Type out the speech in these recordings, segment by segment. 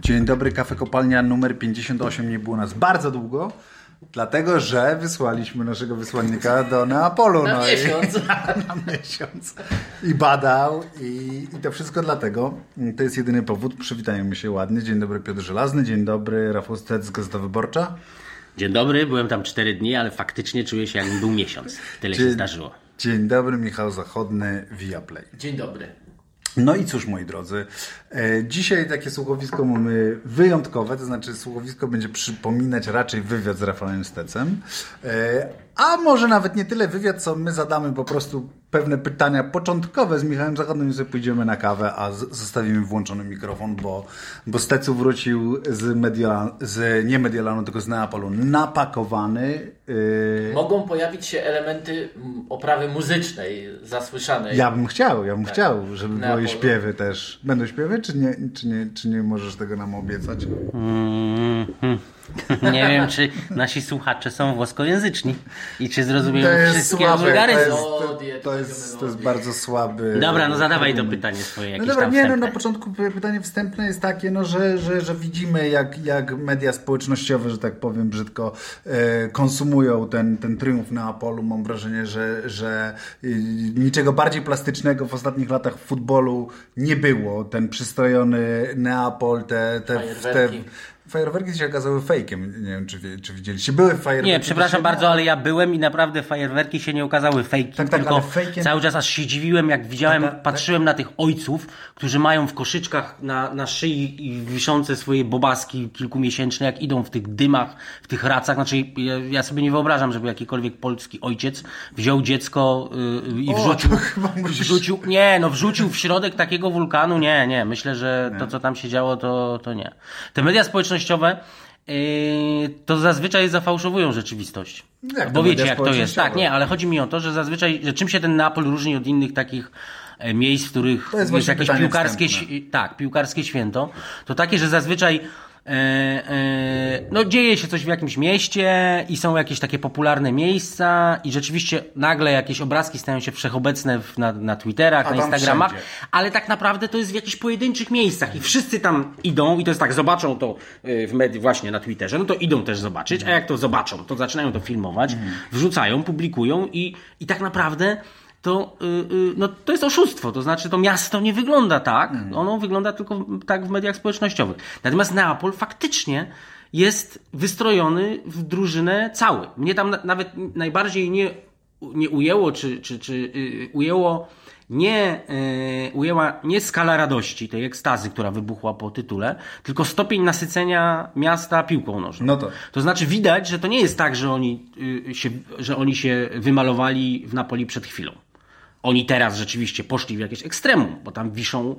Dzień dobry, Kafe Kopalnia numer 58. Nie było nas bardzo długo, dlatego że wysłaliśmy naszego wysłannika do Neapolu. Na miesiąc. Na miesiąc. I badał i to wszystko dlatego. To jest jedyny powód. Przywitajmy się ładnie. Dzień dobry, Piotr Żelazny. Dzień dobry, Rafał Stec z Gazeta Wyborcza. Dzień dobry, byłem tam 4 dni, ale faktycznie czuję się, jakby był miesiąc. Tyle się zdarzyło. Dzień dobry, Michał Zachodny, Viaplay. Dzień dobry. No i cóż, moi drodzy, dzisiaj takie słuchowisko mamy wyjątkowe, to znaczy słuchowisko będzie przypominać raczej wywiad z Rafałem Stecem, a może nawet nie tyle wywiad, co my zadamy po prostu pewne pytania początkowe z Michałem Zachodnym i sobie pójdziemy na kawę, a zostawimy włączony mikrofon, bo Stecu wrócił nie Mediolanu, tylko z Neapolu napakowany. Mogą pojawić się elementy oprawy muzycznej zasłyszanej. Ja bym chciał, żeby były śpiewy też. Będą śpiewy, czy nie możesz tego nam obiecać? Nie wiem, czy nasi słuchacze są włoskojęzyczni i czy zrozumieją wszystkie wulgaryzmy. To jest bardzo słaby. Dobra, no zadawaj to pytanie swoje jakieś tam wstępne. Na początku pytanie wstępne jest takie, że widzimy jak media społecznościowe, że tak powiem brzydko, konsumują ten triumf Neapolu. Mam wrażenie, że niczego bardziej plastycznego w ostatnich latach w futbolu nie było. Ten przystrojony Neapol, te fajerwerki się okazały fejkiem. Nie wiem, czy widzieliście. Były fajerwerki. Nie, przepraszam bardzo, ale ja byłem i naprawdę fajerwerki się nie okazały fejkiem. Tak, tylko fejkiem... cały czas aż się dziwiłem, jak widziałem, patrzyłem na tych ojców, którzy mają w koszyczkach na szyi wiszące swoje bobaski kilkumiesięczne, jak idą w tych dymach, w tych racach. Znaczy, ja sobie nie wyobrażam, żeby jakikolwiek polski ojciec wziął dziecko i wrzucił w środek takiego wulkanu. Nie. Myślę, że to, co tam się działo, to nie. Te media społecznościowe to zazwyczaj zafałszowują rzeczywistość. Bo wiecie, jak to jest. Tak, nie, ale chodzi mi o to, że zazwyczaj, że czym się ten Neapol różni od innych takich miejsc, w których jest jakieś piłkarskie święto, to takie, że zazwyczaj dzieje się coś w jakimś mieście i są jakieś takie popularne miejsca i rzeczywiście nagle jakieś obrazki stają się wszechobecne na Twitterach, na Instagramach, ale tak naprawdę to jest w jakichś pojedynczych miejscach i wszyscy tam idą i to jest tak, zobaczą to właśnie na Twitterze, no to idą też zobaczyć, a jak to zobaczą, to zaczynają to filmować, wrzucają, publikują i tak naprawdę to jest oszustwo, to znaczy to miasto nie wygląda tak, ono wygląda tylko tak w mediach społecznościowych. Natomiast Neapol faktycznie jest wystrojony w drużynę cały. Mnie tam nawet najbardziej nie ujęło, czy ujęło ujęła nie skala radości, tej ekstazy, która wybuchła po tytule, tylko stopień nasycenia miasta piłką nożną. To znaczy widać, że to nie jest tak, że oni się wymalowali w Napoli przed chwilą. Oni teraz rzeczywiście poszli w jakieś ekstremum, bo tam wiszą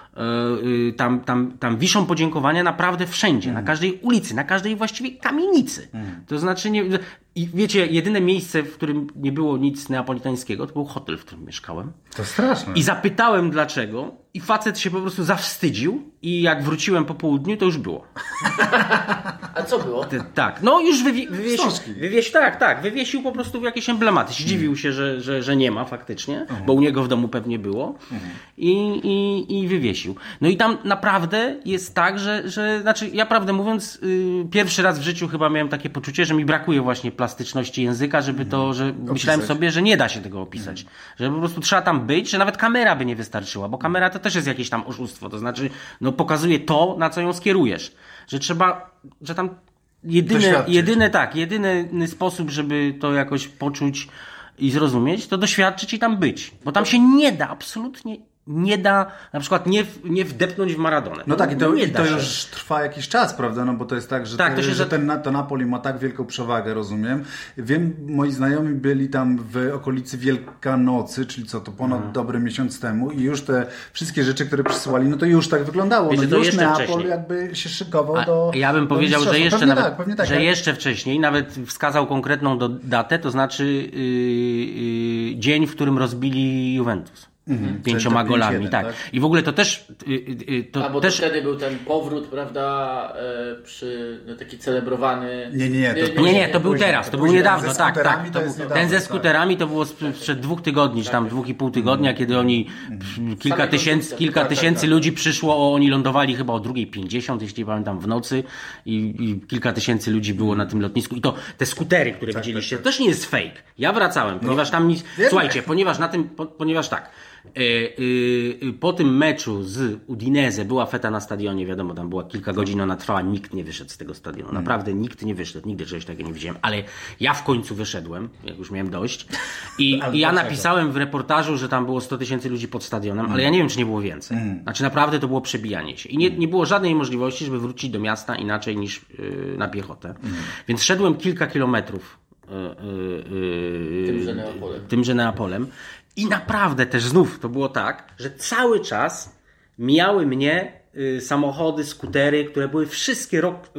tam wiszą podziękowania naprawdę wszędzie, na każdej ulicy, na każdej właściwie kamienicy. To znaczy, i wiecie, jedyne miejsce, w którym nie było nic neapolitańskiego, to był hotel, w którym mieszkałem. To straszne. I zapytałem dlaczego i facet się po prostu zawstydził i jak wróciłem po południu, to już było. A co było? Tak, już wywiesił po prostu jakieś emblematy. Zdziwił się, że nie ma faktycznie, bo u niego w domu pewnie było i wywiesił. No i tam naprawdę jest tak, że znaczy ja prawdę mówiąc pierwszy raz w życiu chyba miałem takie poczucie, że mi brakuje właśnie plastyczności języka, żeby myślałem sobie, że nie da się tego opisać. Że po prostu trzeba tam być, że nawet kamera by nie wystarczyła, bo kamera to też jest jakieś tam oszustwo, to znaczy pokazuje to, na co ją skierujesz. Że trzeba, że tam jedyny sposób, żeby to jakoś poczuć i zrozumieć, to doświadczyć i tam być. Bo tam się nie da, absolutnie nie da, na przykład nie wdepnąć w Maradonę. No tak, i to już trwa jakiś czas, prawda? No bo to jest tak, że, to Napoli ma tak wielką przewagę, rozumiem. Wiem, moi znajomi byli tam w okolicy Wielkanocy, czyli to ponad dobry miesiąc temu i już te wszystkie rzeczy, które przysyłali, no to już tak wyglądało. Wiecie, no już Neapol wcześniej jakby się szykował do... Ja bym powiedział, że jeszcze tak, jeszcze wcześniej, nawet wskazał konkretną datę, to znaczy dzień, w którym rozbili Juventus. 5 golami, tak. I w ogóle to też... bo to wtedy był ten powrót, prawda, taki celebrowany... Nie, to był teraz, to był niedawno, tak. Ten ze skuterami to było sprzed 2 tygodni, czy tam 2,5 tygodnia, kiedy oni kilka tysięcy ludzi przyszło, oni lądowali chyba o 2:50, jeśli pamiętam, w nocy i kilka tysięcy ludzi było na tym lotnisku. I to te skutery, które widzieliście, to też nie jest fake. Ja wracałem, ponieważ tam słuchajcie, ponieważ tak, po tym meczu z Udinese była feta na stadionie, wiadomo, tam była kilka godzin, ona trwała, nikt nie wyszedł z tego stadionu. Naprawdę nikt nie wyszedł, nigdy czegoś takiego nie widziałem, ale ja w końcu wyszedłem, jak już miałem dość. I ja napisałem w reportażu, że tam było 100 000 ludzi pod stadionem, ale ja nie wiem, czy nie było więcej. Znaczy naprawdę to było przebijanie się. I nie było żadnej możliwości, żeby wrócić do miasta inaczej niż na piechotę. Więc szedłem kilka kilometrów tymże Neapolem. I naprawdę też znów to było tak, że cały czas mijały mnie samochody, skutery, które były wszystkie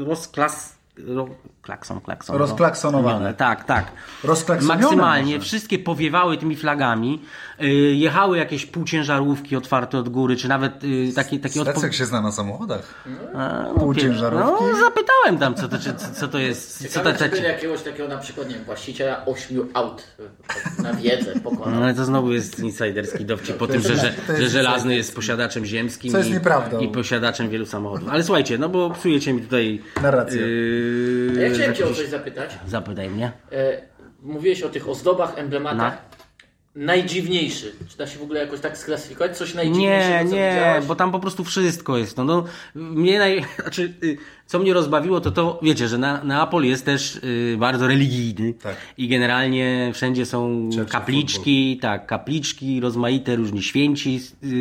rozklaksonowane. Tak. Rozklaksonione maksymalnie. może. Wszystkie powiewały tymi flagami. Jechały jakieś półciężarówki otwarte od góry, czy nawet takie Stecek się zna na samochodach. Półciężarówki. Zapytałem tam, co to jest. Ciekawe, jakiegoś takiego na przykład, nie wiem, właściciela 8 aut na wiedzę pokonał. No ale to znowu jest insiderski dowcip po tym, że Żelazny jest posiadaczem ziemskim co jest nieprawdą. I posiadaczem wielu samochodów. Ale słuchajcie, no bo psujecie mi tutaj narrację. Ja chciałem cię o coś zapytać. Zapytaj mnie. Mówiłeś o tych ozdobach, emblematach. Najdziwniejszy. Czy da się w ogóle jakoś tak sklasyfikować? Coś najdziwniejszego, co widziałeś? Bo tam po prostu wszystko jest. Co mnie rozbawiło, to wiecie, że Neapol jest też bardzo religijny. Tak. I generalnie wszędzie są kapliczki, rozmaite, różni święci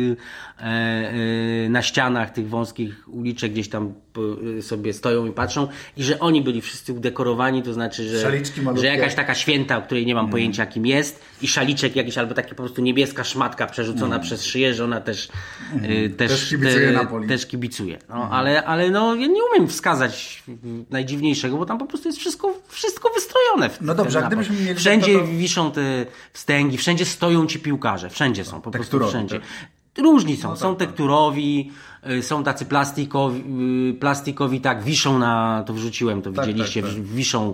na ścianach tych wąskich uliczek gdzieś tam sobie stoją i patrzą. I że oni byli wszyscy udekorowani, to znaczy, że jakaś taka święta, o której nie mam pojęcia kim jest, i szaliczek jakiś, albo taka po prostu niebieska szmatka przerzucona przez szyję, że ona też kibicuje Napoli. Też kibicuje. No, ale no, ja nie umiem wskazać najdziwniejszego, bo tam po prostu jest wszystko wystrojone. No dobrze, a gdybyśmy mieli... Wszędzie wiszą te wstęgi, wszędzie stoją ci piłkarze, wszędzie są, po prostu wszędzie. Tak? Różni są, są tekturowi, są tacy plastikowi, tak, wiszą to wrzuciłem, to widzieliście, wiszą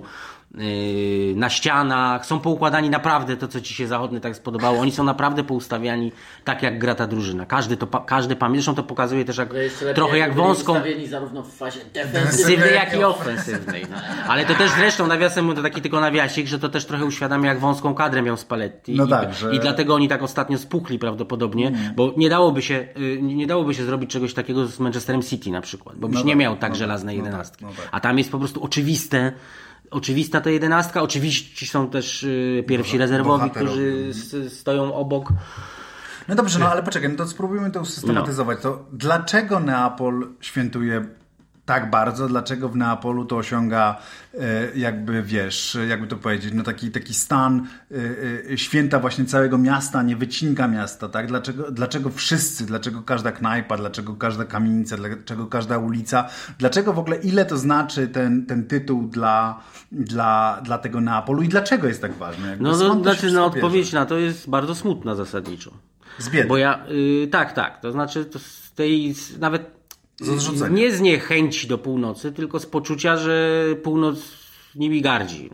na ścianach, są poukładani naprawdę to, co ci się zachodny tak spodobało. Oni są naprawdę poustawiani tak, jak gra ta drużyna. Każdy pamięta, zresztą to pokazuje też trochę jak wąską... Ustawieni zarówno w fazie defensywnej, jak i ofensywnej. No. Ale to też zresztą, nawiasem, to taki tylko nawiasik, że to też trochę uświadamia, jak wąską kadrę miał Spalletti. I dlatego oni tak ostatnio spuchli prawdopodobnie, bo nie dałoby się zrobić czegoś takiego z Manchesterem City na przykład, bo byś nie miał tak żelaznej jedenastki. A tam jest po prostu oczywista ta 11. Oczywiście są też pierwsi rezerwowi, którzy stoją obok. No dobrze, ale poczekaj, to spróbujmy to usystematyzować. To dlaczego Neapol świętuje tak bardzo? Dlaczego w Neapolu to osiąga jakby to powiedzieć, taki stan święta właśnie całego miasta, nie wycinka miasta, tak? Dlaczego wszyscy, dlaczego każda knajpa, dlaczego każda kamienica, dlaczego każda ulica, dlaczego w ogóle ile to znaczy ten tytuł dla tego Neapolu i dlaczego jest tak ważny? Odpowiedź na to jest bardzo smutna zasadniczo. Z biedy. Bo tak, to znaczy to z tej nawet nie z niechęci do północy, tylko z poczucia, że północ nimi gardzi,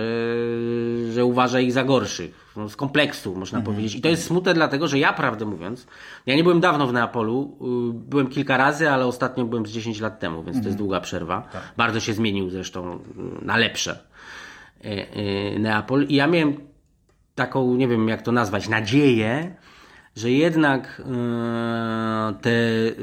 że uważa ich za gorszych, z kompleksu można powiedzieć. I to jest smutne dlatego, że ja, prawdę mówiąc, ja nie byłem dawno w Neapolu, byłem kilka razy, ale ostatnio byłem z 10 lat temu, więc to jest długa przerwa. Tak. Bardzo się zmienił zresztą na lepsze Neapol. I ja miałem taką, nie wiem jak to nazwać, nadzieję, że jednak te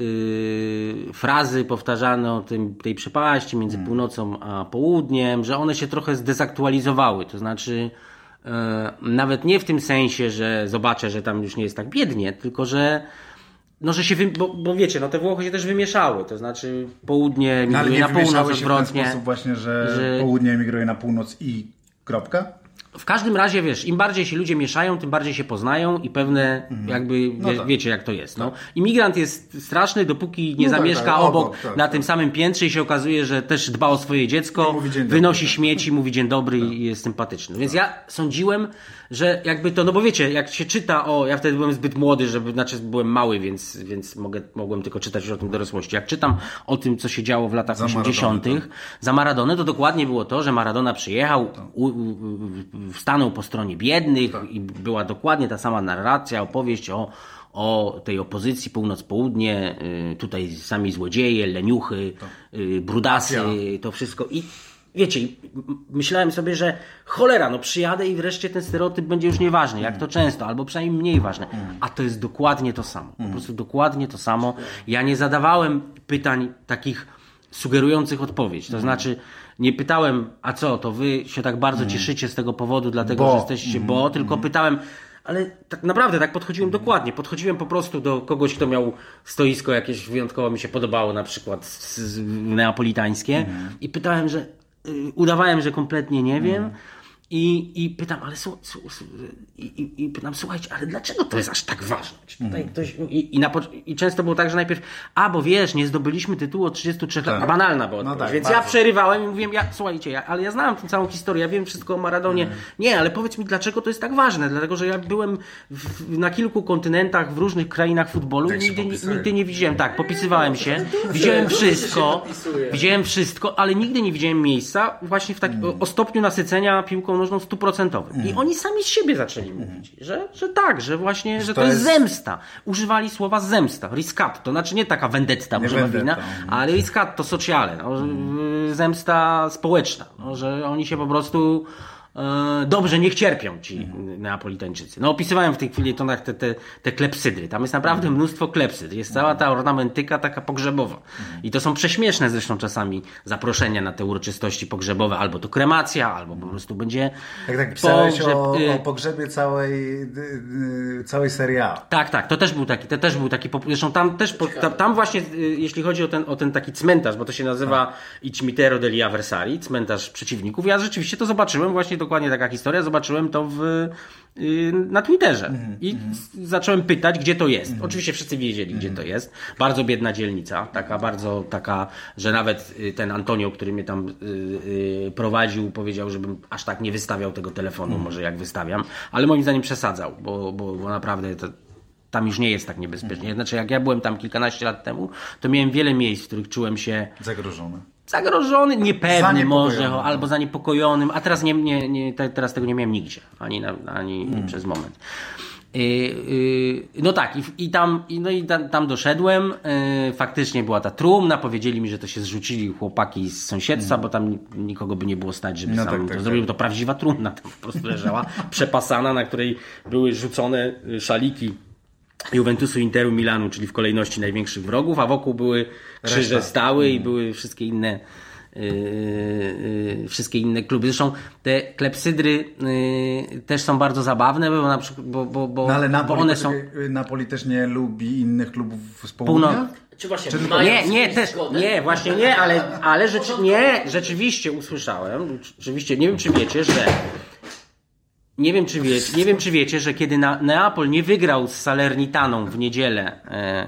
frazy powtarzane o tej przepaści między północą a południem, że one się trochę zdezaktualizowały. To znaczy nawet nie w tym sensie, że zobaczę, że tam już nie jest tak biednie, tylko że się bo wiecie, te Włochy się też wymieszały, to znaczy południe emigruje na północ odwrotnie. W ten sposób właśnie, że południe emigruje na północ i kropka? w każdym razie, wiesz, im bardziej się ludzie mieszają, tym bardziej się poznają i pewne jakby, wiecie jak to jest. No. Imigrant jest straszny, dopóki nie zamieszka obok na tym samym piętrze i się okazuje, że też dba o swoje dziecko, wynosi śmieci, mówi dzień dobry i jest sympatyczny. Więc ja sądziłem, że jakby to, no bo wiecie, jak się czyta ja wtedy byłem zbyt młody, byłem mały, więc mogłem tylko czytać już o tym dorosłości. Jak czytam o tym, co się działo w latach 80. za Maradonę, to dokładnie było to, że Maradona przyjechał, stanął po stronie biednych i była dokładnie ta sama narracja, opowieść o tej opozycji północ-południe, tutaj sami złodzieje, leniuchy, brudasy, to wszystko. I wiecie, myślałem sobie, że cholera, no przyjadę i wreszcie ten stereotyp będzie już nieważny, jak to często, albo przynajmniej mniej ważne. A to jest dokładnie to samo. Po prostu dokładnie to samo. Ja nie zadawałem pytań takich sugerujących odpowiedź. To znaczy, nie pytałem, a co, to wy się tak bardzo cieszycie z tego powodu, dlatego, że jesteście, tylko pytałem, ale tak naprawdę tak podchodziłem dokładnie. Podchodziłem po prostu do kogoś, kto miał stoisko jakieś wyjątkowo mi się podobało, na przykład neapolitańskie i pytałem, udawałem, że kompletnie nie wiem i pytam, ale i pytam, słuchajcie, ale dlaczego to jest aż tak ważne? Tutaj ktoś, i często było tak, że najpierw, bo wiesz, nie zdobyliśmy tytułu od 33 lat. Banalna była odpowiedź. Więc bardzo. Ja przerywałem i mówiłem, słuchajcie, ale ja znałem tę całą historię, ja wiem wszystko o Maradonie. Nie, ale powiedz mi, dlaczego to jest tak ważne? Dlatego, że ja byłem na kilku kontynentach, w różnych krainach futbolu i nigdy nie widziałem. Tak, popisywałem się, widziałem wszystko, ale nigdy nie widziałem miejsca właśnie o stopniu nasycenia piłką nożną 100%. I oni sami z siebie zaczęli mówić, że tak, że właśnie, że to jest zemsta. Używali słowa zemsta, riscatto, znaczy nie taka vendetta, ale riscatto sociale, zemsta społeczna, że oni się po prostu dobrze, niech cierpią ci Neapolitańczycy. Opisywałem w tych felietonach te klepsydry. Tam jest naprawdę mnóstwo klepsydr. Jest cała ta ornamentyka taka pogrzebowa. I to są prześmieszne zresztą czasami zaproszenia na te uroczystości pogrzebowe. Albo to kremacja, albo po prostu będzie tak pisałeś o pogrzebie całej serii A. Tak. To też był taki zresztą tam właśnie, jeśli chodzi o ten taki cmentarz, bo to się nazywa Il Cimitero degli Avversari, cmentarz przeciwników. Ja rzeczywiście to zobaczyłem właśnie dokładnie taka historia, zobaczyłem to na Twitterze i zacząłem pytać, gdzie to jest. Oczywiście wszyscy wiedzieli, gdzie to jest. Bardzo biedna dzielnica, taka, że nawet ten Antonio, który mnie tam prowadził, powiedział, żebym aż tak nie wystawiał tego telefonu, może jak wystawiam, ale moim zdaniem przesadzał, bo naprawdę tam już nie jest tak niebezpiecznie. Znaczy, jak ja byłem tam kilkanaście lat temu, to miałem wiele miejsc, w których czułem się zagrożony, niepewny może, albo zaniepokojonym, a teraz teraz tego nie miałem nigdzie, ani przez moment. No tak, tam doszedłem, faktycznie była ta trumna, powiedzieli mi, że to się zrzucili chłopaki z sąsiedztwa, bo tam nikogo by nie było stać, żeby to zrobił. To prawdziwa trumna, tam po prostu leżała, przepasana, na której były rzucone szaliki Juventusu, Interu, Milanu, czyli w kolejności największych wrogów, a wokół były krzyże stałe i były wszystkie inne kluby. Zresztą te klepsydry też są bardzo zabawne, bo na przykład, ale Napoli też nie lubi innych klubów z południa? Czy właśnie ale rzeczywiście usłyszałem, nie wiem czy wiecie, że kiedy Neapol nie wygrał z Salernitaną w niedzielę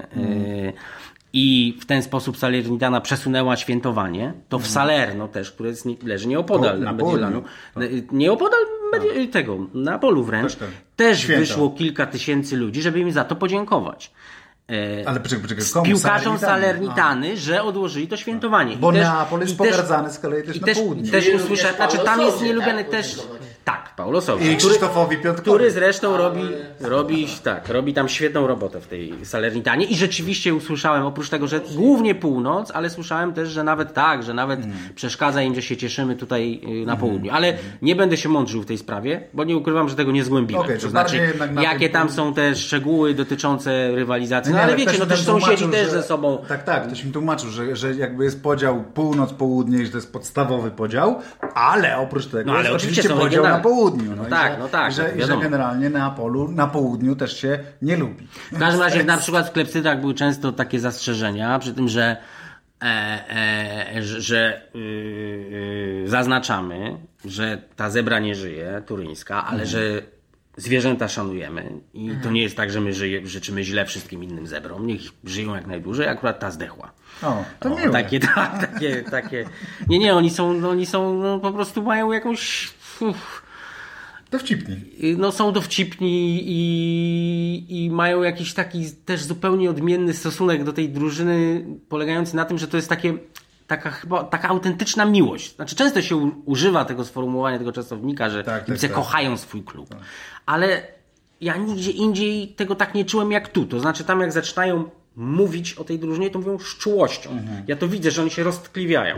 i w ten sposób Salernitana przesunęła świętowanie, to w Salerno też, które leży nieopodal Mediolanu, nieopodal tego Neapolu wręcz, też wyszło kilka tysięcy ludzi, żeby im za to podziękować. Ale z piłkarzom Salernitany, że odłożyli to świętowanie. Bo Neapol jest pogardzany z kolei też na południu. Też usłyszałem, znaczy tam jest nielubiany też. Tak, Paulo Sousa. I Krzysztofowi Piątkowi. Który zresztą robi tam świetną robotę w tej Salernitanie. I rzeczywiście usłyszałem, oprócz tego, że głównie północ, ale słyszałem też, że nawet przeszkadza im, że się cieszymy tutaj na południu. Ale nie będę się mądrzył w tej sprawie, bo nie ukrywam, że tego nie zgłębiłem. To znaczy, jakie tam są te szczegóły dotyczące rywalizacji. Ale wiecie, też sąsiedzi też ze sobą. Tak, ktoś mi tłumaczył, że jakby jest podział północ-południe i że to jest podstawowy podział, ale oprócz tego jest oczywiście podział na południu. Że generalnie na południu też się nie lubi. W każdym razie na przykład w klepsydrach były często takie zastrzeżenia, przy tym, że zaznaczamy, że ta zebra nie żyje, turyńska, ale że zwierzęta szanujemy i to nie jest tak, że my życzymy źle wszystkim innym zebrom. Niech żyją jak najdłużej, akurat ta zdechła. To miłe. Takie. Nie, oni są no, po prostu mają jakąś... Dowcipni. No są dowcipni i mają jakiś taki też zupełnie odmienny stosunek do tej drużyny, polegający na tym, że to jest taka autentyczna miłość. Znaczy często się używa tego sformułowania, tego czasownika, że kibice kochają swój klub. Tak. Ale ja nigdzie indziej tego tak nie czułem jak tu. To znaczy tam jak zaczynają mówić o tej drużynie, to mówią z czułością. Ja to widzę, że oni się roztkliwiają.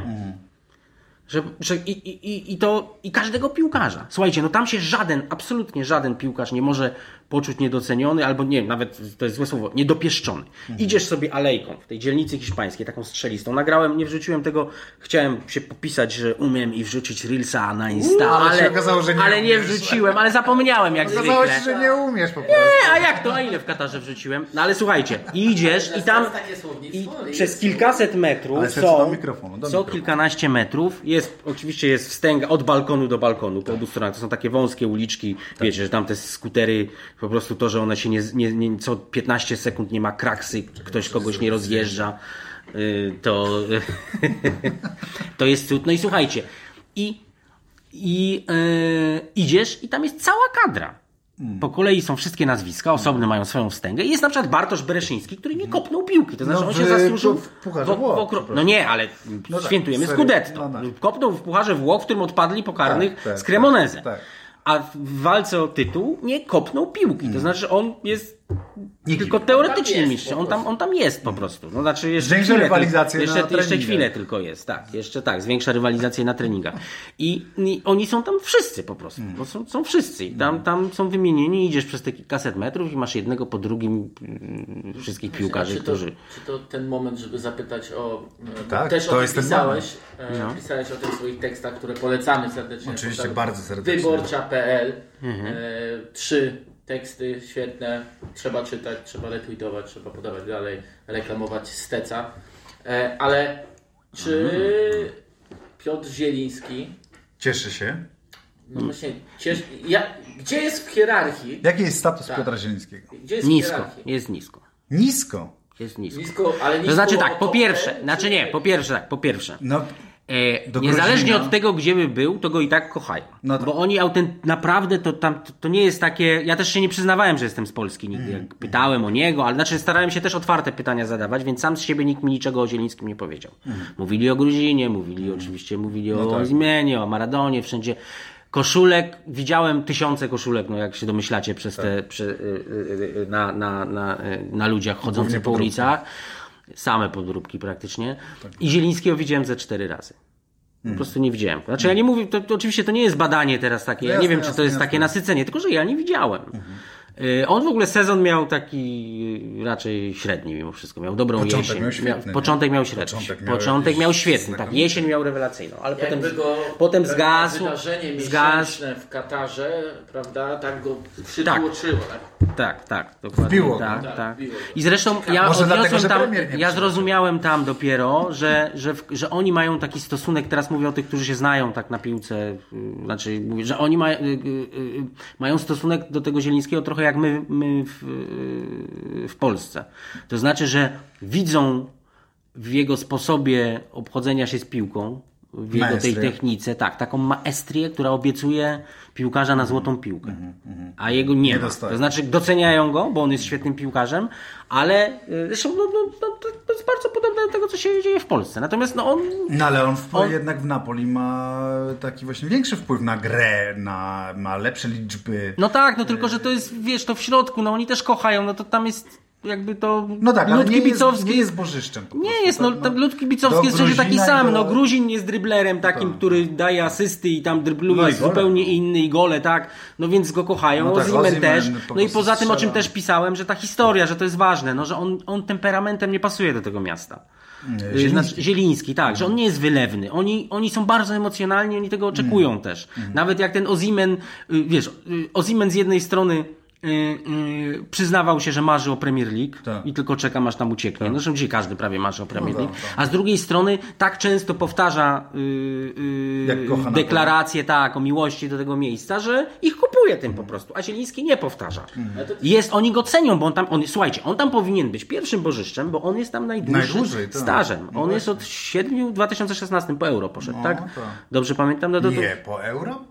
I każdego piłkarza. Słuchajcie, no tam się absolutnie żaden piłkarz nie może poczuć niedoceniony, albo nie, nawet to jest złe słowo, niedopieszczony. Idziesz sobie alejką w tej dzielnicy hiszpańskiej, taką strzelistą. Nagrałem, nie wrzuciłem tego, chciałem się popisać, że umiem i wrzucić Reelsa na Insta, ale nie wrzuciłem, ale zapomniałem jak zwykle. Okazało się, że nie umiesz po prostu. Nie, a jak to? A ile w Katarze wrzuciłem? No ale słuchajcie, idziesz i tam przez kilkaset metrów są kilkanaście metrów, oczywiście jest wstęga od balkonu do balkonu po obu stronach. To są takie wąskie uliczki, wiecie, że tam te skutery, po prostu to, że one się nie co 15 sekund nie ma kraksy, ktoś kogoś nie rozjeżdża, to jest cud. No i słuchajcie, idziesz i tam jest cała kadra. Po kolei są wszystkie nazwiska, osobne mają swoją wstęgę i jest na przykład Bartosz Bereszyński, który nie kopnął piłki, to znaczy on się zasłużył no nie, ale świętujemy Scudetto. Kopnął w Pucharze Włoch, w którym odpadli po karnych z Cremonese. A w walce o tytuł nie kopnął piłki, to znaczy on jest tylko teoretycznie mistrzem, on tam jest po prostu. No, znaczy jeszcze chwilę tylko jest, tak, zwiększa rywalizację na treningach. I oni są tam wszyscy po prostu, bo są wszyscy. Tam są wymienieni, idziesz przez te kilkaset metrów i masz jednego po drugim wszystkich piłkarzy, którzy... Czy to ten moment, żeby zapytać o... Tak, też to o jest tym pisałeś o tych swoich tekstach, które polecamy serdecznie. Oczywiście, bardzo serdecznie. Wyborcza.pl 3 teksty świetne, trzeba czytać, trzeba retweetować, trzeba podawać dalej, reklamować Steca. Ale czy Piotr Zieliński cieszy się? No właśnie, gdzie jest w hierarchii? Jaki jest status Piotra Zielińskiego? Nisko, jest nisko. Nisko? Jest nisko. Ale nisko to znaczy tak, po pierwsze. No, niezależnie od tego, gdzie by był, to go i tak kochają. No to... Bo oni naprawdę to nie jest takie... Ja też się nie przyznawałem, że jestem z Polski nigdy. Jak pytałem o niego, ale znaczy starałem się też otwarte pytania zadawać, więc sam z siebie nikt mi niczego o Zielińskim nie powiedział. Mówili o Gruzinie, mówili o Osimhenie, o Maradonie, wszędzie. Koszulek, widziałem tysiące koszulek, no jak się domyślacie, na ludziach chodzących po ulicach. Same podróbki praktycznie. I Zielińskiego widziałem ze 4 razy. Po prostu nie widziałem. Znaczy ja nie mówię, to oczywiście to nie jest badanie teraz takie, ja nie wiem czy to jest takie nasycenie, tylko że ja nie widziałem. On w ogóle sezon miał taki raczej średni mimo wszystko. Miał dobrą jesień. Początek miał średni. Początek miał świetny. Tak, jesień miał rewelacyjną, ale potem zgasł. Wydarzenie miesięczne w Katarze, prawda, tak go przytłoczyło. Tak, dokładnie. Wbiło. Tak. I zresztą ja zrozumiałem tam dopiero, że oni mają taki stosunek, teraz mówię o tych, którzy się znają tak na piłce, znaczy mówię, że oni mają stosunek do tego Zielińskiego trochę jak my w Polsce. To znaczy, że widzą w jego sposobie obchodzenia się z piłką, w jego tej technice, taką maestrię, która obiecuje piłkarza na złotą piłkę. A jego nie ma. To znaczy doceniają go, bo on jest świetnym piłkarzem, ale zresztą to jest bardzo podobne do tego, co się dzieje w Polsce. Natomiast on... No ale on jednak w Napoli ma taki właśnie większy wpływ na grę, ma lepsze liczby. No tak, tylko że to jest, wiesz, to w środku, oni też kochają, to tam jest jakby to... No tak, ale nie jest bożyszczem. Nie jest, lud kibicowski jest wszędzie taki sam. Gruzin jest dryblerem takim, który daje asysty i tam drybluje jest zupełnie inny i gole, tak? No więc go kochają, Osimhen też. No i poza tym, o czym też pisałem, że ta historia, że to jest ważne, że on temperamentem nie pasuje do tego miasta. Zieliński, tak, że on nie jest wylewny. Oni są bardzo emocjonalni, oni tego oczekują też. Nawet jak ten Osimhen, wiesz, Osimhen z jednej strony przyznawał się, że marzy o Premier League i tylko czekam, aż tam ucieknie. Tak. Zresztą dzisiaj każdy prawie marzy o Premier League. A z drugiej strony tak często powtarza deklaracje o miłości do tego miejsca, że ich kupuje tym po prostu. A Zieliński nie powtarza. Oni go cenią, bo słuchajcie, on tam powinien być pierwszym bożyszczem, bo on jest tam najdłużej stażem. On jest od 7 w 2016 po Euro poszedł, tak? Dobrze pamiętam? Nie, po Euro?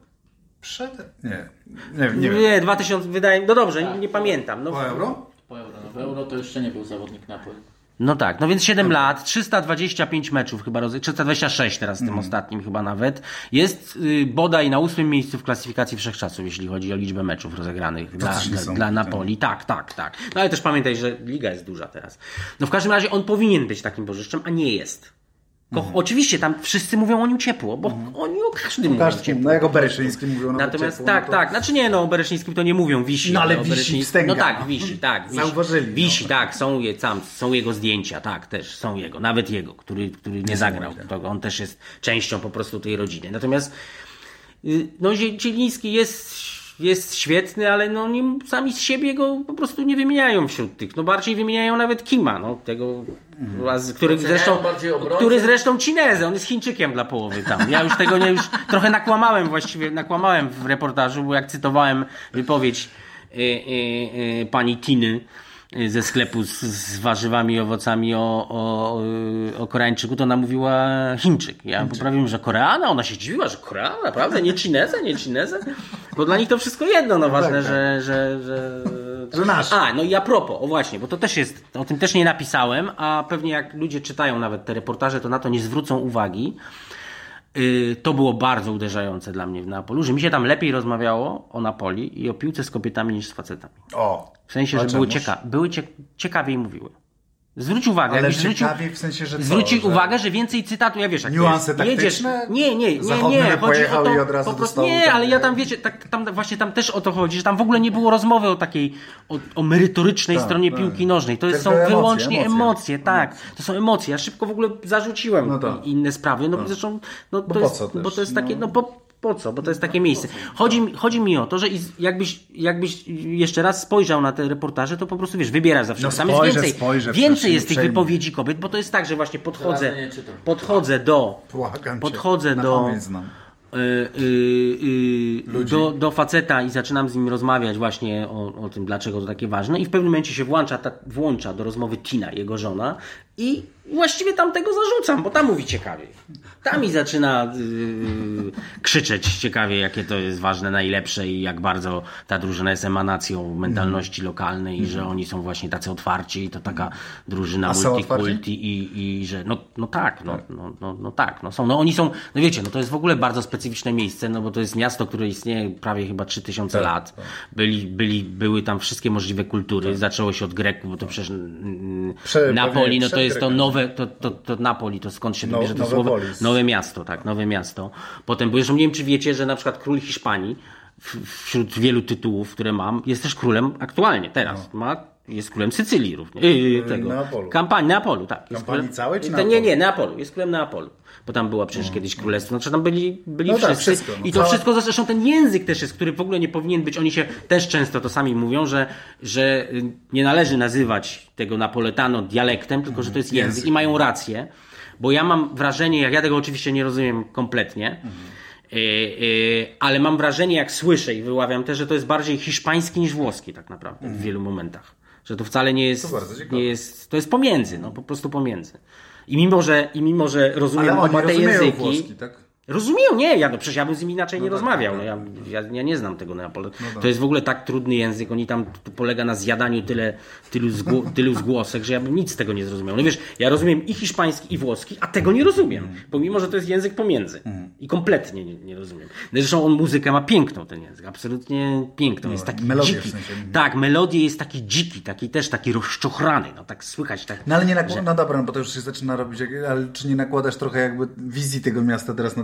Nie wiem. Nie, 2000 wydaje mi się, dobrze, nie pamiętam. Po Euro? Po Euro. W Euro to jeszcze nie był zawodnik Napoli. No tak, no więc 7 lat, 325 meczów chyba, 326 teraz tym ostatnim chyba nawet. Jest bodaj na 8. miejscu w klasyfikacji wszechczasów, jeśli chodzi o liczbę meczów rozegranych dla Napoli. Tak. No ale też pamiętaj, że liga jest duża teraz. No w każdym razie on powinien być takim bożyszczem, a nie jest. Oczywiście tam wszyscy mówią o nim ciepło, bo oni o każdym mówią ciepło. No jak o Bereszyńskim mówią natomiast ciepło, tak. Znaczy nie, o Bereszyńskim to nie mówią, wisi. No ale wisi wstęga. No tak, wisi. Zauważyli. Wisi, tak, są jego zdjęcia, tak, też są jego, nawet jego, który nie zagrał. To on też jest częścią po prostu tej rodziny. Natomiast no Zieliński jest świetny, ale no oni sami z siebie go po prostu nie wymieniają wśród tych. No bardziej wymieniają nawet Kima, tego, który zresztą Cinezę, on jest Chińczykiem dla połowy tam. Ja już tego trochę nakłamałem w reportażu, bo jak cytowałem wypowiedź pani Tiny ze sklepu z warzywami i owocami o Koreańczyku, to ona mówiła Chińczyk. Ja poprawiłem, że Koreana, ona się dziwiła, że Koreana, naprawdę? Nie Cinezę? Bo dla nich to wszystko jedno, no ważne, że nasz. No i a propos, właśnie, bo to też jest, o tym też nie napisałem, a pewnie jak ludzie czytają nawet te reportaże, to na to nie zwrócą uwagi. To było bardzo uderzające dla mnie w Neapolu, że mi się tam lepiej rozmawiało o Napoli i o piłce z kobietami niż z facetami. W sensie, że były ciekawiej mówiły. Zwróć uwagę. Ale ciekawiej w sensie, że zwróć uwagę, że więcej cytatu, ja wiesz, jak niuanse taktyczne? Nie. Chodzi o to, i od razu po prostu, ale ja tam, wiecie, tam też o to chodzi, że tam w ogóle nie było rozmowy o takiej, o merytorycznej stronie piłki nożnej. To są wyłącznie emocje. Tak. To są emocje. Ja szybko w ogóle zarzuciłem inne sprawy, zresztą, bo to jest takie, po co? Bo to jest takie miejsce. Chodzi mi o to, że jakbyś jeszcze raz spojrzał na te reportaże, to po prostu wybierasz zawsze. Tam jest więcej jest tych wypowiedzi kobiet, bo to jest tak, że właśnie podchodzę do faceta i zaczynam z nim rozmawiać właśnie o tym, dlaczego to takie ważne, i w pewnym momencie się włącza do rozmowy Tina, jego żona, i właściwie tam tego zarzucam, bo tam mówi ciekawie. Tam i zaczyna krzyczeć ciekawie, jakie to jest ważne, najlepsze i jak bardzo ta drużyna jest emanacją mentalności lokalnej i że oni są właśnie tacy otwarci i to taka drużyna multikulti i że są. No oni są, no wiecie, to jest w ogóle bardzo specyficzne miejsce, bo to jest miasto, które istnieje prawie chyba 3000 lat. Były tam wszystkie możliwe kultury. Zaczęło się od Greków, bo to przecież Napoli, to jest to nowe, to Napoli, to skąd się bierze to słowo? Nowe miasto, tak, nowe miasto. Potem, bo jeszcze nie wiem, czy wiecie, że na przykład król Hiszpanii wśród wielu tytułów, które mam, jest też królem aktualnie, teraz. Jest królem Sycylii również. Neapolu, tak. Kampanii całej czy Neapolu? Nie, Neapolu. Jest królem Neapolu. Bo tam była przecież kiedyś królestwo. Tam byli wszyscy. Tak, wszystko. I to wszystko, zresztą ten język też jest, który w ogóle nie powinien być. Oni się też często to sami mówią, że nie należy nazywać tego Napoletano dialektem, tylko że to jest język. I mają rację. Bo ja mam wrażenie, ja tego oczywiście nie rozumiem kompletnie, ale mam wrażenie, jak słyszę i wyławiam też, że to jest bardziej hiszpański niż włoski tak naprawdę w wielu momentach. Że to wcale nie jest, to jest pomiędzy, po prostu pomiędzy. I mimo, że rozumiem oba te języki, włoski, tak? Rozumiem, nie, przecież ja bym z nimi inaczej nie rozmawiał. Ja nie znam tego Neapolu. To jest w ogóle tak trudny język, oni tam polega na zjadaniu tylu zgłosek, że ja bym nic z tego nie zrozumiał. No wiesz, ja rozumiem i hiszpański, i włoski, a tego nie rozumiem, pomimo, że to jest język pomiędzy. I kompletnie nie rozumiem. Zresztą muzykę ma piękną, ten język, absolutnie piękną. Jest taki dziki. W sensie. Tak, melodię jest taki dziki, taki rozczochrany, tak słychać. Tak, ale nie dobra, bo to już się zaczyna robić, ale czy nie nakładasz trochę jakby wizji tego miasta teraz na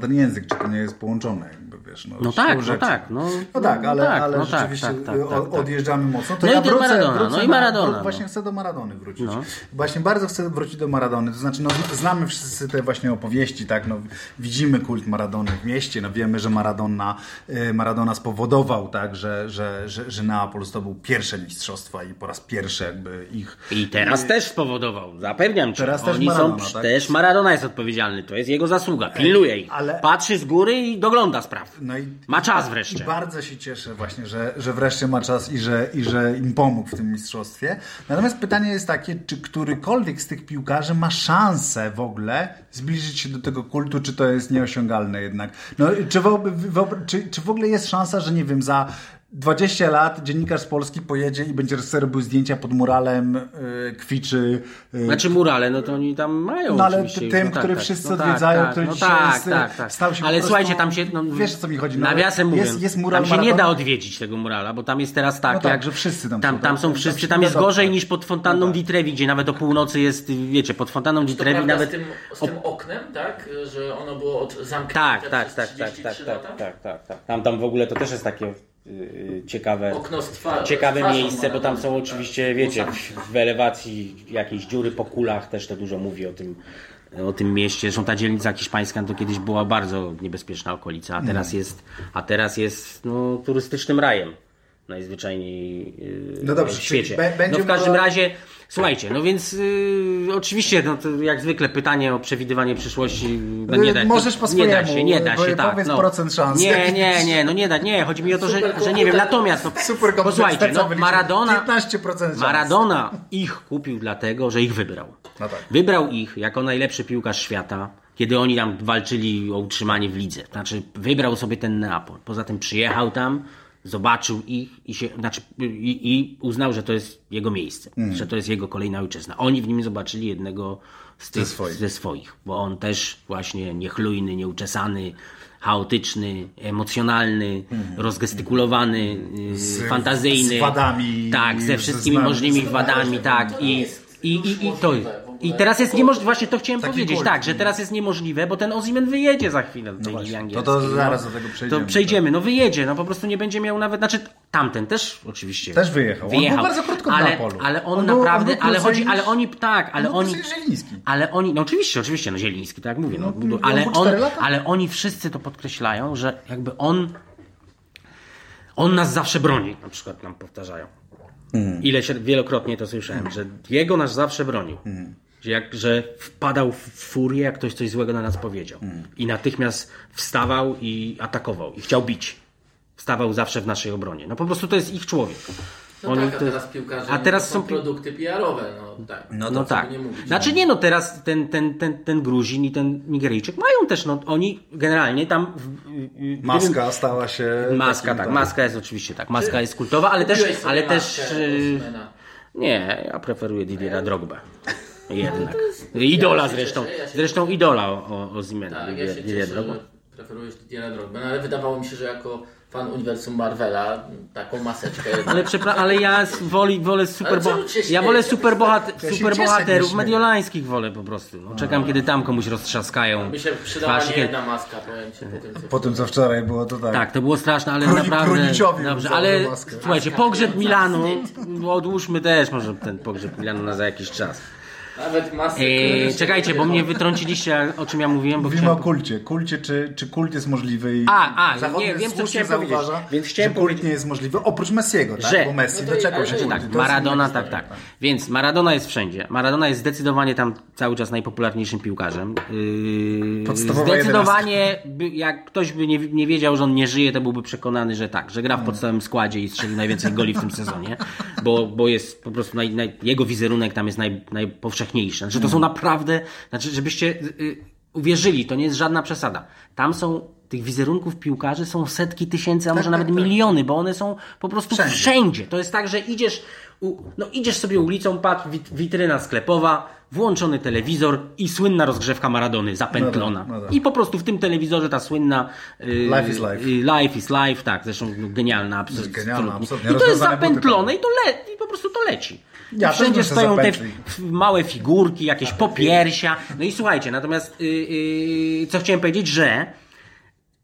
ten język, czy to nie jest połączone, jakby, wiesz. No tak, ale rzeczywiście odjeżdżamy mocno. To ja właśnie chcę do Maradony wrócić. No. Właśnie bardzo chcę wrócić do Maradony. To znaczy, znamy wszyscy te właśnie opowieści, tak, widzimy kult Maradony w mieście, wiemy, że Maradona spowodował, tak, że Neapol zdobył pierwsze mistrzostwa i po raz pierwszy jakby ich... I teraz też spowodował, zapewniam cię. Teraz też Maradona, tak? Też Maradona jest odpowiedzialny, to jest jego zasługa, pilnuje ich. Patrzy z góry i dogląda spraw. Ma czas wreszcie. I bardzo się cieszę właśnie, że wreszcie ma czas i że im pomógł w tym mistrzostwie. Natomiast pytanie jest takie, czy którykolwiek z tych piłkarzy ma szansę w ogóle zbliżyć się do tego kultu, czy to jest nieosiągalne jednak? Czy w ogóle jest szansa, że nie wiem, za 20 lat dziennikarz z Polski pojedzie i będzie robił zdjęcia pod muralem, kwiczy... Znaczy murale, no to oni tam mają no ale tym, który wszyscy odwiedzają, który dzisiaj stał się ale słuchajcie, tam się... wiesz, o co mi chodzi? Nawiasem mówiąc, jest mural tam się nie da odwiedzić tego murala, bo tam jest teraz tak, że wszyscy tam są wszyscy, tam jest gorzej niż pod fontanną di Trevi, gdzie nawet o północy jest, wiecie, pod fontanną di Trevi nawet... Z tym oknem, tak? Że ono było zamknięte tak. Tam w ogóle to też jest takie... ciekawe miejsce, bo tam są oczywiście, wiecie, w elewacji jakiejś dziury po kulach też to dużo mówi o tym mieście. Zresztą ta dzielnica hiszpańska to kiedyś była bardzo niebezpieczna okolica, a teraz jest turystycznym rajem najzwyczajniej w świecie. W każdym razie, słuchajcie, więc oczywiście, to jak zwykle pytanie o przewidywanie przyszłości możesz po swojemu, nie da się, tak. Powiedz procent szans. Nie, chodzi mi o to, że nie wiem, natomiast, posłuchajcie, Maradona ich kupił dlatego, że ich wybrał. No tak. Wybrał ich jako najlepszy piłkarz świata, kiedy oni tam walczyli o utrzymanie w lidze. Znaczy, wybrał sobie ten Neapol. Poza tym przyjechał tam, zobaczył ich i uznał, że to jest jego miejsce, że to jest jego kolejna ojczyzna. Oni w nim zobaczyli jednego ze swoich, bo on też właśnie niechlujny, nieuczesany, chaotyczny, emocjonalny, rozgestykulowany, fantazyjny. Z wadami. Tak, ze wszystkimi możliwymi wadami, tak. I teraz jest niemożliwe, właśnie to chciałem powiedzieć, że teraz jest niemożliwe, bo ten Osimhen wyjedzie za chwilę do tej ligi angielskiej. To zaraz do tego przejdziemy. To przejdziemy, wyjedzie, po prostu nie będzie miał nawet, tamten też oczywiście. Też wyjechał. On był bardzo krótko w Neapolu. Ale on naprawdę, oni, oczywiście, Zieliński, tak jak mówię, ale oni wszyscy to podkreślają, że jakby on nas zawsze broni, na przykład nam powtarzają. Wielokrotnie to słyszałem, że jego nas zawsze bronił. Że wpadał w furię, jak ktoś coś złego na nas powiedział. I natychmiast wstawał i atakował. I chciał bić. Wstawał zawsze w naszej obronie. Po prostu to jest ich człowiek. A teraz piłkarze są produkty PR-owe. Tak. Nie mówić. Znaczy teraz ten Gruzin i ten Nigeryjczyk mają też, oni generalnie tam... Maska stała się... Maska jest oczywiście tak. Maska jest kultowa, ale też nie, ja preferuję Didiera Drogbę. Jednak. Idola zresztą. Zresztą idola Osimhena. Tak, ja się cieszę, że preferujesz Didiera Drogbę, ale wydawało mi się, że jako fan uniwersum Marvela taką maseczkę. Ale ja wolę superbohaterów mediolańskich wolę po prostu. Czekam, kiedy tam komuś roztrzaskają. Mi się przydała nie jedna maska, powiem ci, po tym co wczoraj było to tak. Tak, to było straszne, ale naprawdę dobrze, ale słuchajcie, pogrzeb Milanu odłóżmy też może ten pogrzeb Milanu na za jakiś czas. Nawet masę. Czekajcie, bo mnie wytrąciliście, o czym ja mówiłem. Mówimy o kulcie. Czy kult jest możliwy? Nie wiem, co chciałem powiedzieć. Więc chciałem kult nie jest możliwy, oprócz Messiego, tak? Bo Messi doczekał się kultu. Maradona, tak. Więc Maradona jest wszędzie. Maradona jest zdecydowanie tam cały czas najpopularniejszym piłkarzem. Zdecydowanie, jak ktoś by nie wiedział, że on nie żyje, to byłby przekonany, że tak, że gra w podstawowym składzie i strzelił najwięcej goli w tym sezonie, bo jest po prostu jego wizerunek tam jest najpowszechniejszy. Znaczy to są naprawdę, żebyście uwierzyli, to nie jest żadna przesada. Tam są tych wizerunków piłkarzy są setki tysięcy, a może nawet miliony, bo one są po prostu wszędzie. To jest tak, że idziesz sobie ulicą, patrz, witryna sklepowa, włączony telewizor i słynna rozgrzewka Maradony zapętlona. I po prostu w tym telewizorze ta słynna Life is Life, tak, zresztą genialna, absolutnie. I to jest zapętlone i po prostu to leci. Wszędzie stoją te małe figurki, jakieś popiersia. No i słuchajcie, natomiast co chciałem powiedzieć, że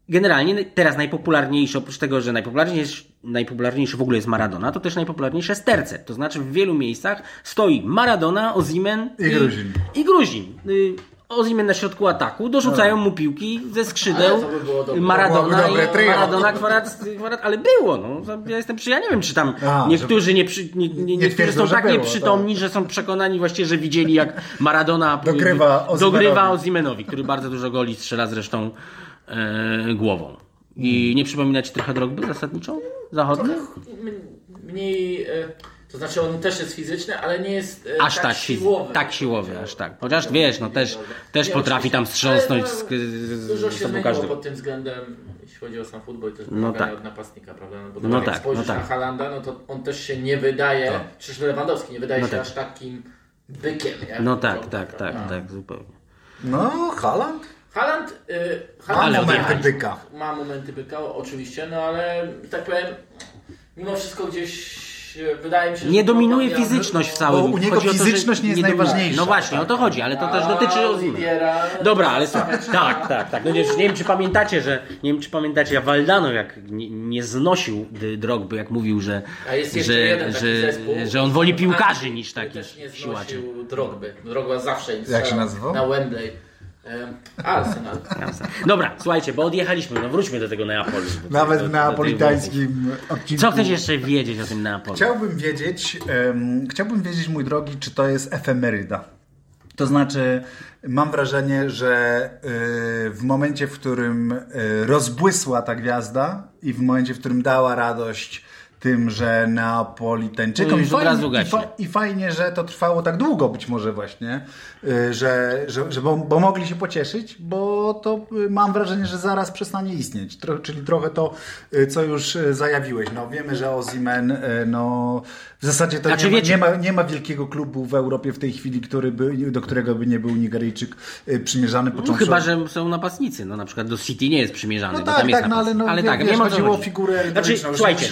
generalnie teraz najpopularniejszy, oprócz tego, że najpopularniejszy w ogóle jest Maradona, to też najpopularniejsze jest tercet. To znaczy w wielu miejscach stoi Maradona, Osimhen i Gruzin. Osimhen na środku ataku, dorzucają mu piłki ze skrzydeł, Maradona i Maradona, Kvarat, ale było, no. Ja nie wiem, czy tam niektórzy niektórzy są tak nieprzytomni, że są przekonani właściwie, że widzieli, jak Maradona dogrywa Osimhenowi, który bardzo dużo goli strzela zresztą głową. I nie przypomina ci trochę Drogby zasadniczo? Zachodny? Mniej... To znaczy on też jest fizyczny, ale nie jest aż tak siłowy. Tak siłowy, aż tak. Chociaż wiesz, no też potrafi tam wstrząsnąć dużo się zmieniło pod tym względem, jeśli chodzi o sam futbol i też wymagania od napastnika, prawda? No bo jak spojrzysz na Haalanda, no to on też się nie wydaje, przecież Lewandowski nie wydaje się aż takim bykiem. Tak, zupełnie. No, Haaland ma momenty byka, oczywiście, no ale tak powiem, mimo wszystko gdzieś wydaje mi się, że nie dominuje fizyczność w całym. Bo u niego fizyczność nie jest najważniejsza. No właśnie, o to chodzi, ale to też dotyczy Osimhena. Dobra, ale tak. No nie wiem, czy pamiętacie, jak Valdano jak nie znosił Drogby, jak mówił, że on woli piłkarzy niż takich siłaczy. Drogba zawsze jak się nazywał? Na Wembley. Arsenal. Dobra, słuchajcie, bo odjechaliśmy, no wróćmy do tego Neapolu. Nawet w neapolitańskim odcinku. Co chcesz jeszcze wiedzieć o tym Neapolu? Chciałbym wiedzieć, mój drogi, czy to jest efemeryda. To znaczy, mam wrażenie, że w momencie, w którym rozbłysła ta gwiazda i w momencie, w którym dała radość tym, że Neapolitańczykom i fajnie, że to trwało tak długo być może właśnie, bo mogli się pocieszyć, bo to mam wrażenie, że zaraz przestanie istnieć. Czyli trochę to, co już zajawiłeś. No, wiemy, że Osimhen, w zasadzie to nie ma wielkiego klubu w Europie w tej chwili, do którego by nie był Nigeryjczyk przymierzany. No, chyba, że są napastnicy. No, na przykład do City nie jest przymierzany, no bo tam jest ale nie chodziło o figurę. Znaczy, słuchajcie,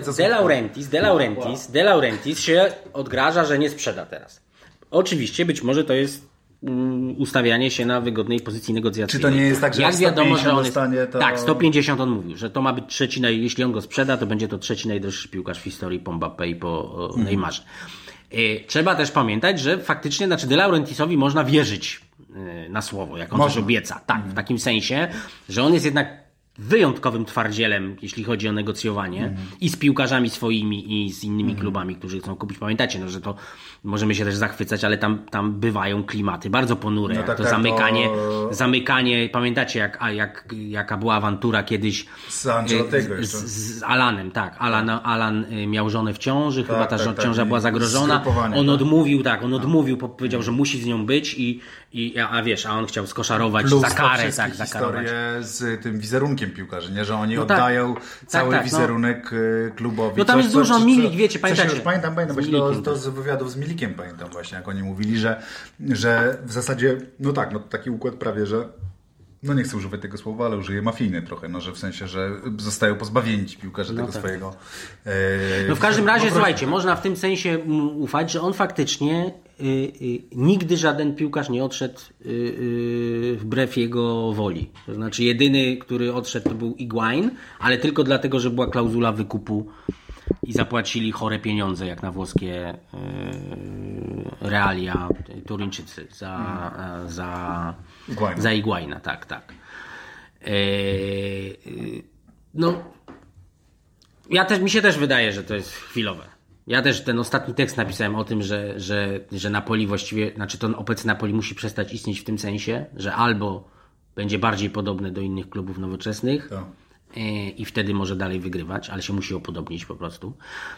De Laurentiis się odgraża, że nie sprzeda teraz. Oczywiście, być może to jest ustawianie się na wygodnej pozycji negocjacyjnej. Czy to nie jest tak, że jak wiadomo, że on dostanie, to... Tak, 150 on mówił, że to ma być jeśli on go sprzeda, to będzie to trzeci najdroższy piłkarz w historii po Mbappé i po Neymarze. Trzeba też pamiętać, że faktycznie, De Laurentiisowi można wierzyć na słowo, jak on też obieca. Tak, w takim sensie, że on jest jednak wyjątkowym twardzielem, jeśli chodzi o negocjowanie i z piłkarzami swoimi i z innymi klubami, którzy chcą kupić. Pamiętacie, że to możemy się też zachwycać, ale tam bywają klimaty bardzo ponure. No, to zamykanie. Pamiętacie, jaka była awantura kiedyś z Alanem. Tak, Alan miał żonę w ciąży, chyba ta ciąża była zagrożona. On odmówił, powiedział, że musi z nią być a on chciał skoszarować za karę. Tak, historię z tym wizerunkiem piłkarzy, nie? Że oni oddają cały wizerunek klubowi. No tam jest dużo Milik, wiecie, pamiętacie? Pamiętam, to z wywiadów z Milikiem pamiętam właśnie, jak oni mówili, że w zasadzie, taki układ prawie, że nie chcę używać tego słowa, ale użyję mafijny trochę, że w sensie, że zostają pozbawieni ci piłkarze tego swojego... w każdym razie, słuchajcie, można w tym sensie ufać, że on faktycznie nigdy żaden piłkarz nie odszedł wbrew jego woli. To znaczy jedyny, który odszedł, to był Higuain, ale tylko dlatego, że była klauzula wykupu i zapłacili chore pieniądze, jak na włoskie realia Turyńczycy za Higuaina. Tak. Mi się też wydaje, że to jest chwilowe. Ja też ten ostatni tekst napisałem o tym, że Napoli właściwie, ten obecny Napoli musi przestać istnieć w tym sensie, że albo będzie bardziej podobny do innych klubów nowoczesnych i wtedy może dalej wygrywać, ale się musi upodobnić po prostu,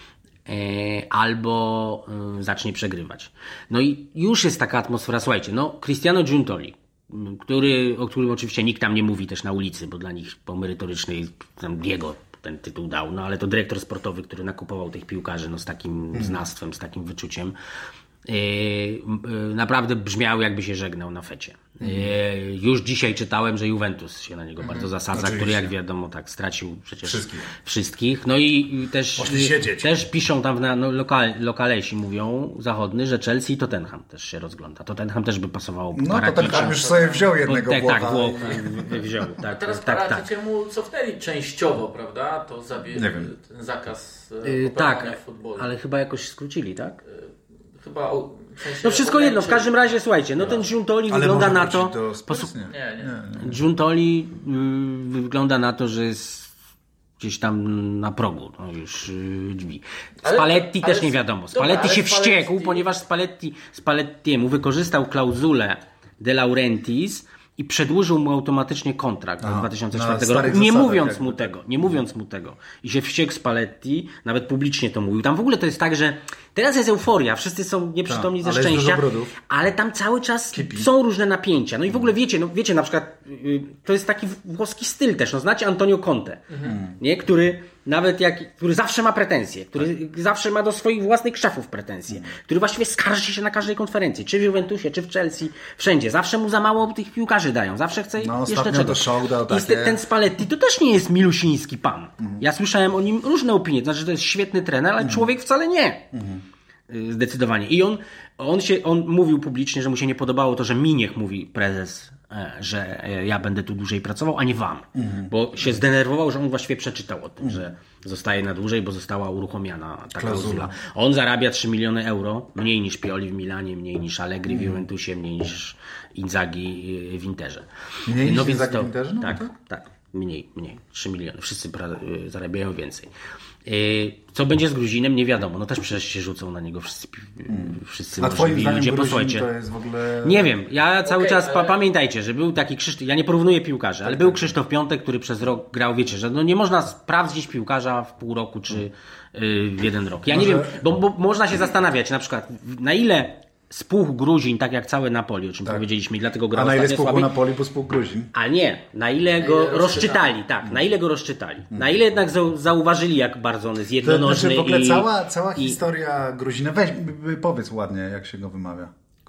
albo zacznie przegrywać. No i już jest taka atmosfera, słuchajcie, Cristiano Giuntoli, o którym oczywiście nikt tam nie mówi też na ulicy, bo dla nich po merytorycznej Diego ten tytuł dał, ale to dyrektor sportowy, który nakupował tych piłkarzy z takim znawstwem, z takim wyczuciem. naprawdę brzmiał, jakby się żegnał na fecie. Już dzisiaj czytałem, że Juventus się na niego bardzo zasadza, oczywiście. Który jak wiadomo tak stracił przecież wszystkich. No i też piszą tam lokalesi mówią zachodny, że Chelsea i Tottenham też się rozgląda. Tottenham też by pasowało No Tottenham już sobie wziął jednego Włocha. Tak, Włoch wziął. Tak, a teraz Paratycie mu cofnęli częściowo, prawda? To ten zakaz tak, w futbolu. Ale chyba jakoś skrócili, tak? Chyba no wszystko jedno, w każdym razie słuchajcie, no ten Giuntoli wygląda na to. Giuntoli wygląda na to, że jest gdzieś tam na progu już drzwi. Spalletti też nie wiadomo. Spalletti się wściekł, ponieważ Spallettiemu wykorzystał klauzulę De Laurentiis i przedłużył mu automatycznie kontrakt do 2004 roku, nie mówiąc mu tego. I się wściekł Spalletti, nawet publicznie to mówił. Tam w ogóle to jest tak, że teraz jest euforia, wszyscy są nieprzytomni ze szczęścia, ale tam cały czas są różne napięcia. No i w ogóle wiecie na przykład, to jest taki włoski styl też, no znacie Antonio Conte, nie? Który zawsze ma pretensje, który zawsze ma do swoich własnych szefów pretensje, który właściwie skarży się na każdej konferencji, czy w Juventusie, czy w Chelsea, wszędzie. Zawsze mu za mało tych piłkarzy dają, zawsze chce jeszcze czegoś. I ten Spalletti to też nie jest milusiński pan. Ja słyszałem o nim różne opinie, to znaczy, że to jest świetny trener, ale człowiek wcale nie. Zdecydowanie. I on mówił publicznie, że mu się nie podobało to, że mi niech mówi prezes, że ja będę tu dłużej pracował, a nie wam. Bo się zdenerwował, że on właściwie przeczytał o tym, że zostaje na dłużej, bo została uruchomiona ta klauzula. On zarabia 3 miliony euro, mniej niż Pioli w Milanie, mniej niż Allegri w Juventusie, mniej niż Inzaghi w Interze. Mniej niż Inzaghi w Interze? Tak. Mniej. 3 miliony. Wszyscy zarabiają więcej. Co będzie z Gruzinem, nie wiadomo. No też przecież się rzucą na niego wszyscy a twoim zdaniem ludzie. Posłuchajcie. To jest w ogóle... Nie wiem. Ja cały czas pamiętajcie, że był taki Krzysztof, ja nie porównuję piłkarzy, ale był Krzysztof Piątek, który przez rok grał, wiecie, że no nie można sprawdzić piłkarza w pół roku czy w 1 rok. Ja nie wiem, bo można się zastanawiać na przykład na ile spuch Gruzin, tak jak całe Napoli, o czym powiedzieliśmy, i dlatego grał. A na ile spuchł Napoli, bo spuch Gruzin? A nie, na ile go rozczytali, na ile go rozczytali. Na ile jednak zauważyli, jak bardzo on jest jednonożny. To znaczy w ogóle cała historia Gruzina, powiedz ładnie, jak się go wymawia.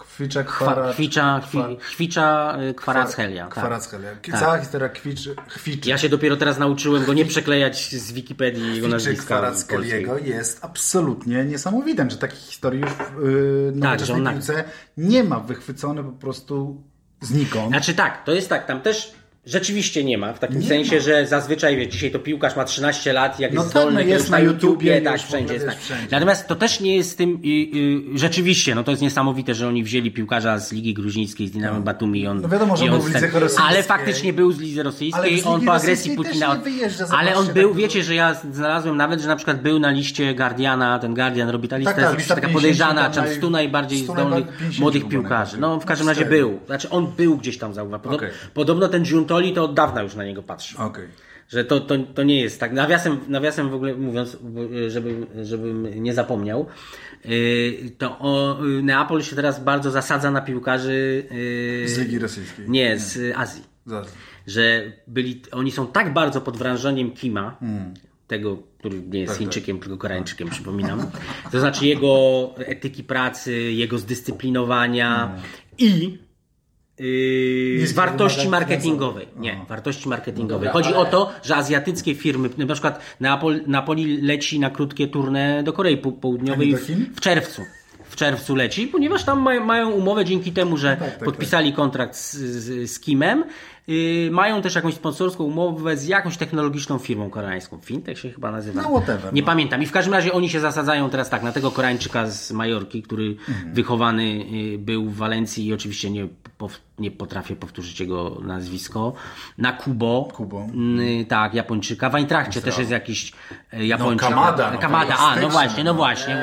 Chwicza Kwaracchelia. Cała historia Chwiczy. Ja się dopiero teraz nauczyłem go nie przeklejać z Wikipedii jego nazwiska. Kwaraccheliego jest absolutnie niesamowitym, że takich historii już w nowoczesnej piłce nie ma, wychwycone po prostu znikąd. Znaczy tak, to jest tak, tam też rzeczywiście nie ma, w takim sensie, że zazwyczaj dzisiaj to piłkarz ma 13 lat, jak jest zdolny, jest na YouTubie, tak, wszędzie jest tak. Natomiast to też nie jest z tym, rzeczywiście, no to jest niesamowite, że oni wzięli piłkarza z Ligi Gruzińskiej, z Dynamem Batumi i on... No wiadomo, że był w lidze rosyjskiej. Ale faktycznie był z lidze rosyjskiej, on po agresji Putina... Ale on był, wiecie, że ja znalazłem nawet, że na przykład był na liście Guardiana, ten Guardian robi ta lista, jest taka podejrzana, tam 100 najbardziej zdolnych młodych piłkarzy. No w każdym razie był. Znaczy on był gdzieś tam zauważony. Podobno ten Giuntoli to od dawna już na niego patrzy. Że to nie jest tak. Nawiasem w ogóle mówiąc, żebym nie zapomniał, to Neapol się teraz bardzo zasadza na piłkarzy z Ligi Rosyjskiej. Nie, z Azji. Że oni są tak bardzo pod wrażeniem Kima, tego, który nie jest Chińczykiem, tylko Koreańczykiem, przypominam. To znaczy jego etyki pracy, jego zdyscyplinowania i wartości marketingowej. Wartości marketingowej. Chodzi o to, że azjatyckie firmy, na przykład Napoli leci na krótkie tournée do Korei Południowej w czerwcu leci, ponieważ tam mają umowę dzięki temu, że podpisali kontrakt z Kimem. Mają też jakąś sponsorską umowę z jakąś technologiczną firmą koreańską. Fintech się chyba nazywa. Nie pamiętam. I w każdym razie oni się zasadzają teraz tak na tego Koreańczyka z Majorki, który wychowany był w Walencji i oczywiście nie potrafię powtórzyć jego nazwisko. Na Kubo. Tak, Japończyka. W Eintrachcie też jest jakiś Japończyk. Kamada. No właśnie.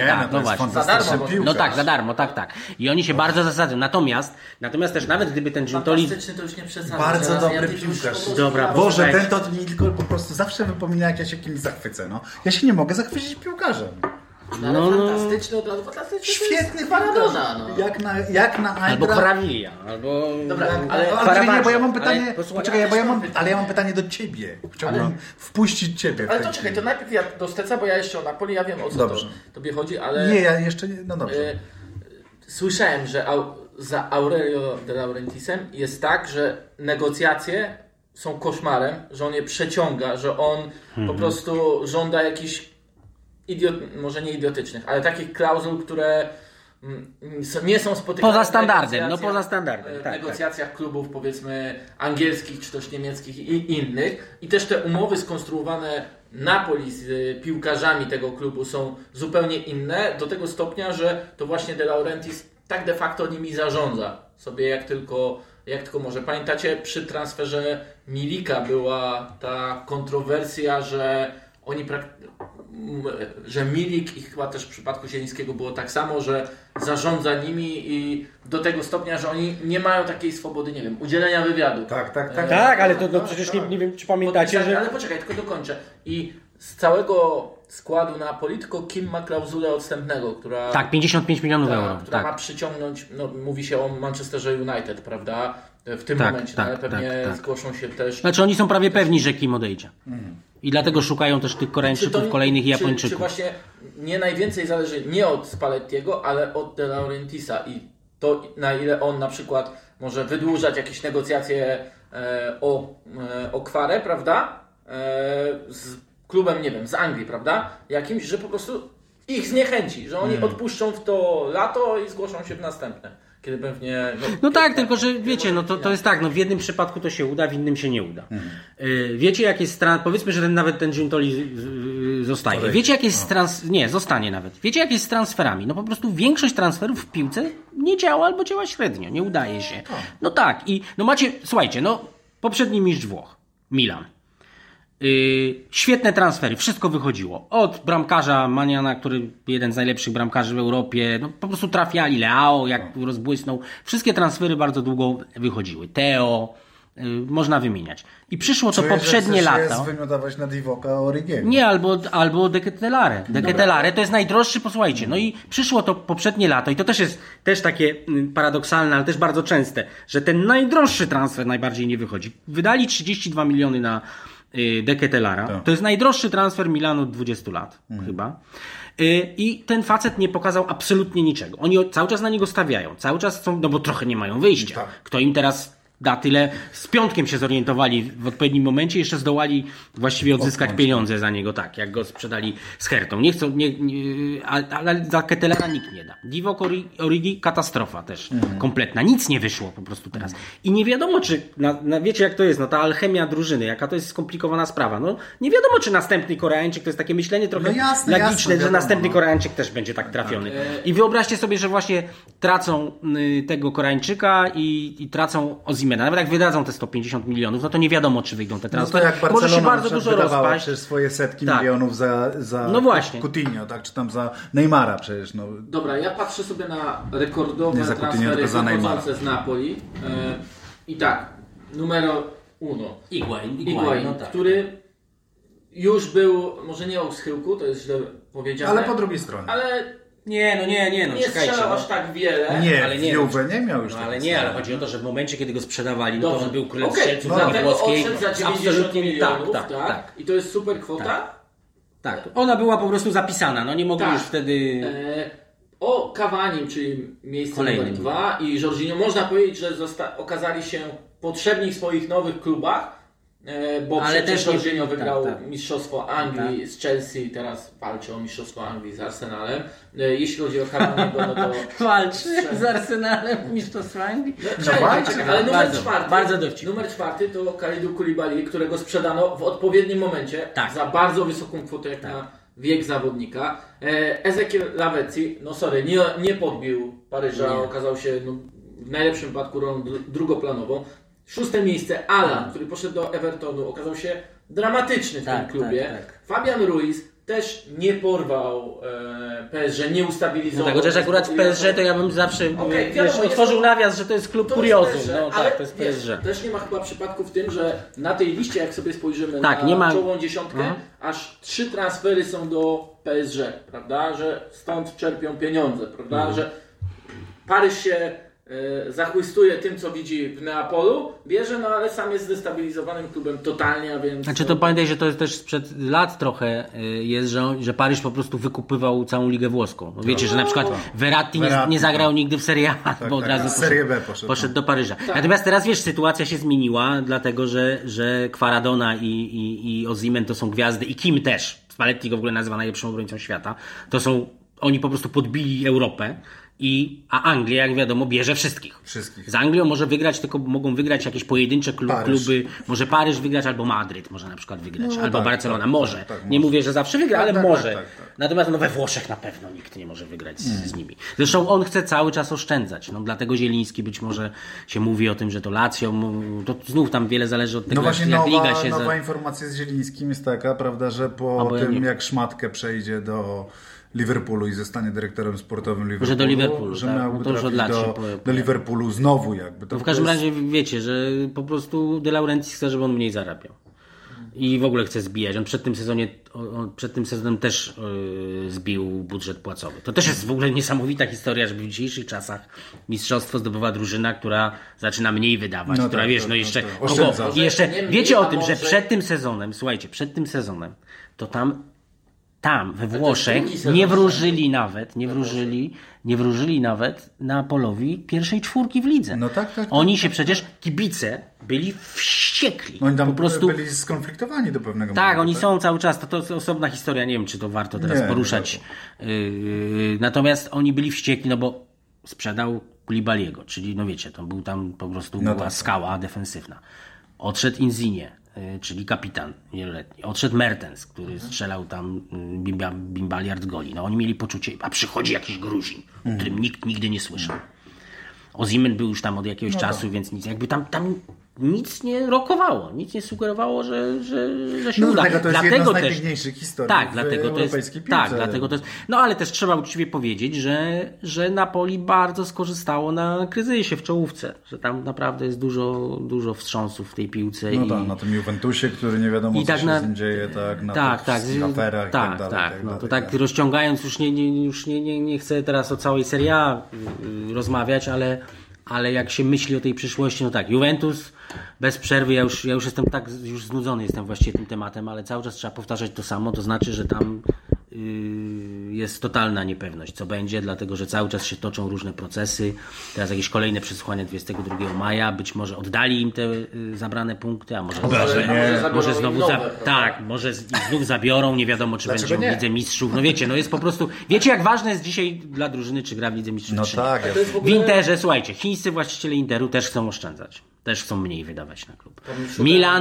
Za darmo, tak. I oni się bardzo zasadzają. Natomiast też nawet gdyby ten Giuntoli... to już nie przesadzę. Bardzo dobry piłkarz. Dobra, Boże, ten to mi tylko po prostu zawsze wypomina, jak ja się kimś zachwycę. No. Ja się nie mogę zachwycić piłkarzem. Fantastyczny, świetny Maradona. Jak na albo Kwarawilla, albo... Dobra, ale bo ja mam pytanie... ja mam pytanie do ciebie. Chciałbym wpuścić ciebie. Ale to czekaj, to najpierw ja do Steca, bo ja jeszcze o Napoli, ja wiem o co tobie chodzi, ale... Nie, ja jeszcze nie... No dobrze. słyszałem, że za Aurelio De Laurentiisem jest tak, że negocjacje są koszmarem, że on je przeciąga, że on po prostu żąda jakichś może nie idiotycznych, ale takich klauzul, które nie są spotykane poza standardem, w negocjacjach klubów, powiedzmy angielskich czy też niemieckich i innych. I też te umowy skonstruowane Napoli z piłkarzami tego klubu są zupełnie inne, do tego stopnia, że to właśnie De Laurentiis tak de facto nimi zarządza sobie jak tylko może. Pamiętacie, przy transferze Milika była ta kontrowersja, że że Milik i chyba też w przypadku Zielińskiego było tak samo, że zarządza nimi i do tego stopnia, że oni nie mają takiej swobody, nie wiem, udzielenia wywiadu. Tak, ale to przecież nie wiem, czy pamiętacie, że... Ale poczekaj, tylko dokończę. I z całego składu Napoli tylko Kim ma klauzulę odstępnego, która... Tak, 55 milionów euro. Która ma przyciągnąć, mówi się o Manchesterze United, prawda? W tym momencie, ale pewnie zgłoszą się też... Znaczy oni są prawie pewni, że Kim odejdzie. I dlatego szukają też tych Koreańczyków kolejnych i Japończyków. Czy właśnie nie najwięcej zależy nie od Spallettiego, ale od De Laurentiisa i to, na ile on na przykład może wydłużać jakieś negocjacje o kwarę, prawda? Z klubem, nie wiem, z Anglii, prawda? Jakimś, że po prostu ich zniechęci, że oni odpuszczą w to lato i zgłoszą się w następne. Kiedy pewnie... tylko że wiecie, to jest tak, w jednym przypadku to się uda, w innym się nie uda. Wiecie, jak jest powiedzmy, że nawet ten Giuntoli zostaje. Wiecie, jak jest zostanie nawet. Wiecie, jak jest z transferami? Po prostu większość transferów w piłce nie działa albo działa średnio, nie udaje się. Macie, słuchajcie, poprzedni mistrz Włoch, Milan. Świetne transfery, wszystko wychodziło. Od bramkarza Maniana, który jeden z najlepszych bramkarzy w Europie, po prostu trafiali. Leao, jak rozbłysnął. Wszystkie transfery bardzo długo wychodziły. Teo, można wymieniać. I przyszło to poprzednie lata. Jest wymiotować na Divoka Origiego. Nie, albo De Ketelare. De Ketelare to jest najdroższy, posłuchajcie. I przyszło to poprzednie lato i to też jest takie paradoksalne, ale też bardzo częste, że ten najdroższy transfer najbardziej nie wychodzi. Wydali 32 miliony na De Ketelara. To jest najdroższy transfer Milanu od 20 lat chyba. I ten facet nie pokazał absolutnie niczego. Oni cały czas na niego stawiają. Cały czas są, bo trochę nie mają wyjścia. Kto im teraz da tyle? Z Piątkiem się zorientowali w odpowiednim momencie, jeszcze zdołali właściwie odzyskać pieniądze za niego, jak go sprzedali z Hertą. Nie chcą, ale za Ketelara nikt nie da. Divock Origi katastrofa też kompletna. Nic nie wyszło po prostu teraz. I nie wiadomo, czy, wiecie jak to jest, ta alchemia drużyny, jaka to jest skomplikowana sprawa. Nie wiadomo, czy następny Koreańczyk, to jest takie myślenie trochę logiczne, że następny Koreańczyk też będzie tak trafiony. I wyobraźcie sobie, że właśnie tracą tego Koreańczyka i tracą Osimena. Nawet jak wydadzą te 150 milionów, to nie wiadomo, czy wyjdą te transfery. Może się bardzo dużo rozpaść. Przecież swoje setki milionów za Coutinho, czy tam za Neymara przecież. Dobra, ja patrzę sobie na rekordowe transfery pochodzące z Napoli. I tak, numero uno. Higuain, który już był, może nie o schyłku, to jest źle powiedziane. Ale po drugiej stronie. Ale nie strzelał aż tak wiele. Nie, w Juve nie miał już ale chodzi o to, że w momencie, kiedy go sprzedawali, to on był królem strzelców Ligi Włoskiej. Odszedł za 90 milionów, tak. I to jest super kwota? Tak. Ona była po prostu zapisana, nie mogli już wtedy... O Cavani, czyli miejsce numer 2 i Jorginho, można powiedzieć, że okazali się potrzebni w swoich nowych klubach, bo ale przecież Jorginho wygrał Mistrzostwo Anglii z Chelsea, teraz walczy o Mistrzostwo Anglii z Arsenalem. Jeśli chodzi o Cavaniego, to... Walczy z Arsenalem w Mistrzostwo Anglii? Ale numer 4 to Kalidou Koulibaly, którego sprzedano w odpowiednim momencie za bardzo wysoką kwotę jak na wiek zawodnika. Ezekiel Lavezzi, nie podbił Paryża, okazał się w najlepszym wypadku rolą drugoplanową. 6. miejsce Alan, który poszedł do Evertonu, okazał się dramatyczny w tym klubie. Fabian Ruiz też nie porwał PSG, nie ustabilizował. Chociaż akurat w PSG to ja bym zawsze otworzył nawias, że to jest klub kuriozu. To jest PSG. Też nie ma chyba przypadku w tym, że na tej liście, jak sobie spojrzymy na czołową dziesiątkę, aż 3 transfery są do PSG, prawda? Że stąd czerpią pieniądze, prawda? Że Paryż się zachłystuje tym, co widzi w Neapolu, bierze, no ale sam jest zdestabilizowanym klubem totalnie, a więc... Znaczy to pamiętaj, że to jest też sprzed lat trochę jest, że Paryż po prostu wykupywał całą ligę włoską. No wiecie, że na przykład Verratti nie zagrał nigdy w Serie A, bo od razu poszedł do Paryża. Tak. Natomiast teraz wiesz, sytuacja się zmieniła, dlatego że Kvaradona i Osimhen to są gwiazdy i Kim też. Spalletti go w ogóle nazywa najlepszym obrońcą świata. Oni po prostu podbili Europę. A Anglia, jak wiadomo, bierze wszystkich. Z Anglią może wygrać, tylko mogą wygrać jakieś pojedyncze kluby. Może Paryż wygrać, albo Madryt może na przykład wygrać, albo Barcelona. Może. Nie mówię, że zawsze wygra, ale może. Tak. Natomiast we Włoszech na pewno nikt nie może wygrać z nimi. Zresztą on chce cały czas oszczędzać. Dlatego Zieliński być może się mówi o tym, że to Lazio. To znów tam wiele zależy od tego, jak liga się... Nowa informacja z Zielińskim jest taka, prawda, że po tym jak Szmatkę przejdzie do Liverpoolu i zostanie dyrektorem sportowym Liverpoolu, że do Liverpoolu, że miałby trafić do Liverpoolu znowu jakby. W każdym razie wiecie, że po prostu De Laurentiis chce, żeby on mniej zarabiał. I w ogóle chce zbijać. On przed tym sezonem też zbił budżet płacowy. To też jest w ogóle niesamowita historia, żeby w dzisiejszych czasach mistrzostwo zdobywa drużyna, która zaczyna mniej wydawać, która jeszcze wiecie o tym, że przed tym sezonem, słuchajcie, to tam we Włoszech nie wróżyli nawet Neapolowi pierwszej czwórki w lidze. Oni się przecież, kibice, byli wściekli. Oni tam po prostu byli skonfliktowani do pewnego momentu. Tak, oni są cały czas. To jest osobna historia. Nie wiem, czy to warto teraz poruszać. Natomiast oni byli wściekli, bo sprzedał Koulibaly'ego, czyli wiecie, to był tam po prostu była skała defensywna. Odszedł Insigne, czyli kapitan wieloletni. Odszedł Mertens, który strzelał tam bimbaliard goli. Oni mieli poczucie, a przychodzi jakiś Gruzin, o którym nikt nigdy nie słyszał. Osimhen był już tam od jakiegoś czasu, więc nic, jakby tam nic nie rokowało, nic nie sugerowało, że się uda. To jest jedna z najpiękniejszych historii w europejskiej piłce. Tak, dlatego to jest... ale też trzeba uczciwie powiedzieć, że Napoli bardzo skorzystało na kryzysie w czołówce, że tam naprawdę jest dużo wstrząsów w tej piłce. Na tym Juventusie, który nie wiadomo, co się z nim dzieje, na tych aferach i tak dalej. To tak rozciągając, już nie chcę teraz o całej Serie A rozmawiać, ale jak się myśli o tej przyszłości, Juventus bez przerwy, ja już jestem już znudzony jestem właściwie tym tematem, ale cały czas trzeba powtarzać to samo, to znaczy, że tam jest totalna niepewność, co będzie, dlatego, że cały czas się toczą różne procesy, teraz jakieś kolejne przesłuchanie 22 maja, być może oddali im te zabrane punkty, a może znowu może znów zabiorą, nie wiadomo, czy będzie w Lidze Mistrzów, jest po prostu, wiecie jak ważne jest dzisiaj dla drużyny, czy gra w Lidze Mistrzów, czy nie. W Interze, słuchajcie, chińscy właściciele Interu też chcą oszczędzać. Też chcą mniej wydawać na klub. Milan,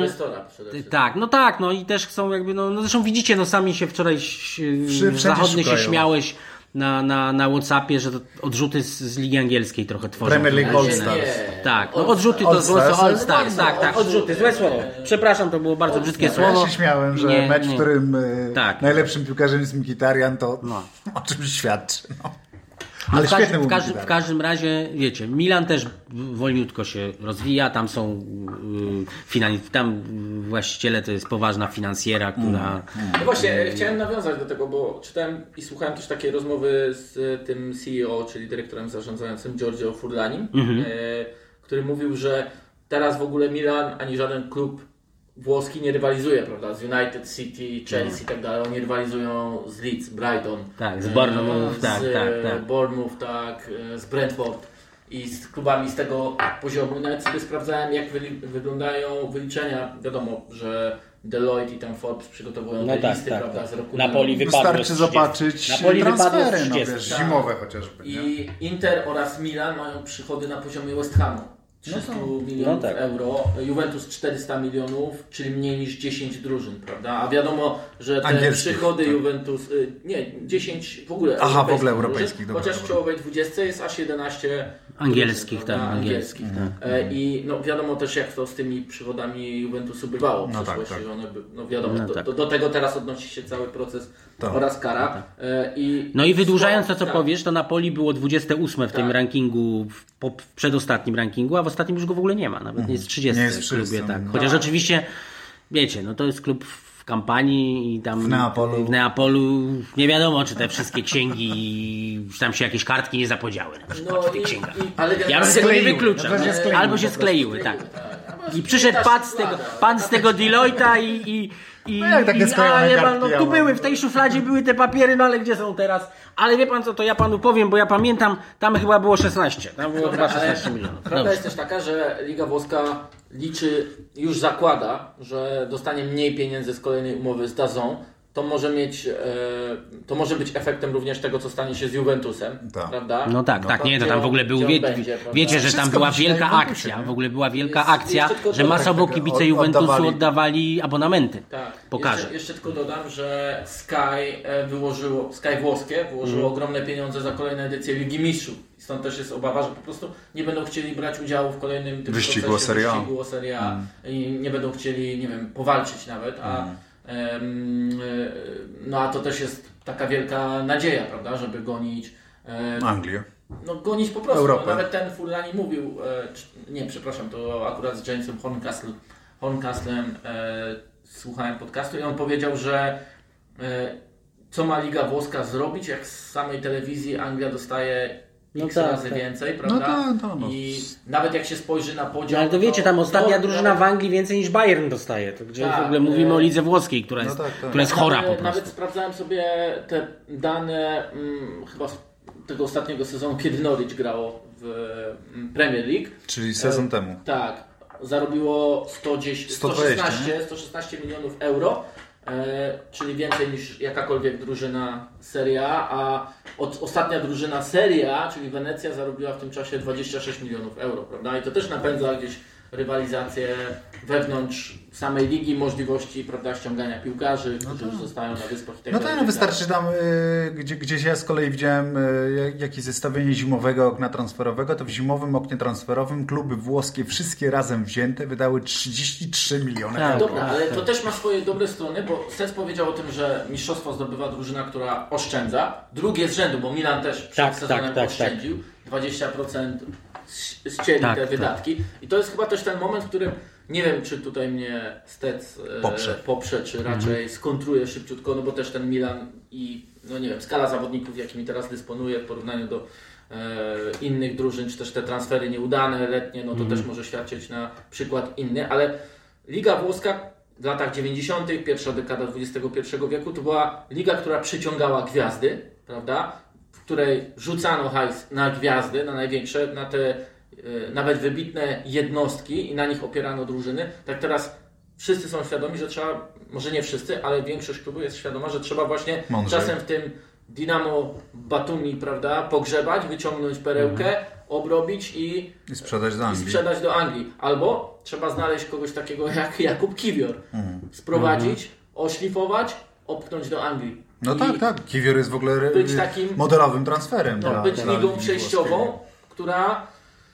i też chcą zresztą widzicie, sami się wczoraj zachodny się śmiałeś na WhatsAppie, że to odrzuty z Ligi Angielskiej trochę tworzą. Premier League All Stars. Tak, odrzuty to złe słowo. All Stars, tak, odrzuty, złe słowo. Przepraszam, to było bardzo brzydkie słowo. Ja się śmiałem, że mecz, w którym najlepszym piłkarzem jest Mkhitaryan, to o czymś świadczy. Ale w każdym razie, wiecie, Milan też wolniutko się rozwija, tam są tam właściciele to jest poważna finansjera, która... No właśnie, chciałem nawiązać do tego, bo czytałem i słuchałem też takiej rozmowy z tym CEO, czyli dyrektorem zarządzającym Giorgio Furlanim, który mówił, że teraz w ogóle Milan ani żaden klub włoski nie rywalizuje, prawda, z United, City, Chelsea i tak dalej. Oni rywalizują z Leeds, Brighton, z Bournemouth, Bournemouth, z Brentford i z klubami z tego poziomu. Nawet sobie sprawdzałem, jak wyglądają wyliczenia. Wiadomo, że Deloitte i tam Forbes przygotowują te listy, prawda, z roku Napoli na wystarczy zobaczyć transfery, zimowe chociażby. I Inter oraz Milan mają przychody na poziomie West Hamu. 300 milionów euro, Juventus 400 milionów, czyli mniej niż 10 drużyn, prawda? A wiadomo, że te przychody Juventus, 10 w ogóle europejskich, chociaż w czołowej 20 jest aż 11 angielskich, angielskich. I wiadomo też, jak to z tymi przychodami Juventusu bywało w przeszłości. One, wiadomo, do tego teraz odnosi się cały proces oraz kara. I wydłużając to, co powiesz, to Napoli było 28 w tym rankingu, w przedostatnim rankingu, a w ostatnim już go w ogóle nie ma. Nawet nie jest 30 w klubie. Chociaż oczywiście, wiecie, to jest klub, w kampanii i tam w Neapolu nie wiadomo, czy te wszystkie księgi, czy tam się jakieś kartki nie zapodziały na przykład w tych księgach. Ja bym tego nie wykluczał. Albo się skleiły, tak. I przyszedł pan z tego Deloitte'a tu były, w tej szufladzie były te papiery, no ale gdzie są teraz? Ale wie pan co, to ja panu powiem, bo ja pamiętam, tam chyba było 16. Tam było chyba 16 milionów. Prawda jest też taka, że Liga Włoska już zakłada, że dostanie mniej pieniędzy z kolejnej umowy z DAZN. To może być efektem również tego, co stanie się z Juventusem, prawda? No tak, to tam w ogóle był, wiecie, że tam była wielka akcja, że masowo kibice Juventusu oddawali abonamenty. Tak. Jeszcze tylko dodam, że Sky włoskie wyłożyło ogromne pieniądze za kolejne edycje Ligi Mistrzów. Stąd też jest obawa, że po prostu nie będą chcieli brać udziału w kolejnym wyścigu o Serie A i nie będą chcieli, nie wiem, powalczyć nawet, a to też jest taka wielka nadzieja, prawda, żeby gonić Anglię. No gonić po prostu. No, nawet ten Furlani mówił, to akurat z Jamesem Horncastlem słuchałem podcastu i on powiedział, że co ma Liga Włoska zrobić, jak z samej telewizji Anglia dostaje razy więcej, prawda? I nawet jak się spojrzy na podział... Ale to wiecie, tam ostatnia drużyna w Anglii więcej niż Bayern dostaje. To gdzie w ogóle mówimy o lidze włoskiej, która jest chora po prostu. Nawet sprawdzałem sobie te dane chyba z tego ostatniego sezonu, kiedy Norwich grało w Premier League. Czyli sezon temu. Tak. Zarobiło 116 milionów euro. Czyli więcej niż jakakolwiek drużyna Serie A, ostatnia drużyna Serie A, czyli Wenecja, zarobiła w tym czasie 26 milionów euro, prawda? I to też napędza gdzieś rywalizację wewnątrz samej ligi, możliwości, prawda, ściągania piłkarzy, którzy już zostają na wyspach. Wystarczy tam, gdzieś ja z kolei widziałem jakieś zestawienie zimowego okna transferowego, to w zimowym oknie transferowym kluby włoskie wszystkie razem wzięte wydały 33 miliony euro. Dobra, ale to też ma swoje dobre strony, bo Sec powiedział o tym, że mistrzostwo zdobywa drużyna, która oszczędza. Drugie z rzędu, bo Milan też przed sezonem oszczędził 20%. Ścieli te wydatki. I to jest chyba też ten moment, w którym nie wiem, czy tutaj mnie Stec poprze, czy raczej skontruje szybciutko, no bo też ten Milan i skala zawodników, jakimi teraz dysponuje w porównaniu do innych drużyn, czy też te transfery nieudane, letnie, no to też może świadczyć na przykład inny, ale Liga Włoska w latach 90., pierwsza dekada XXI wieku to była liga, która przyciągała gwiazdy, prawda? W której rzucano hajs na gwiazdy, na największe, na te nawet wybitne jednostki i na nich opierano drużyny. Tak teraz wszyscy są świadomi, że trzeba, może nie wszyscy, ale większość klubu jest świadoma, że trzeba właśnie czasem w tym Dinamo Batumi, prawda, pogrzebać, wyciągnąć perełkę, obrobić i sprzedać do Anglii. Albo trzeba znaleźć kogoś takiego jak Jakub Kiwior, sprowadzić, oszlifować, opchnąć do Anglii. No tak. Kiwior jest w ogóle modelowym transferem. Być ligą przejściową, która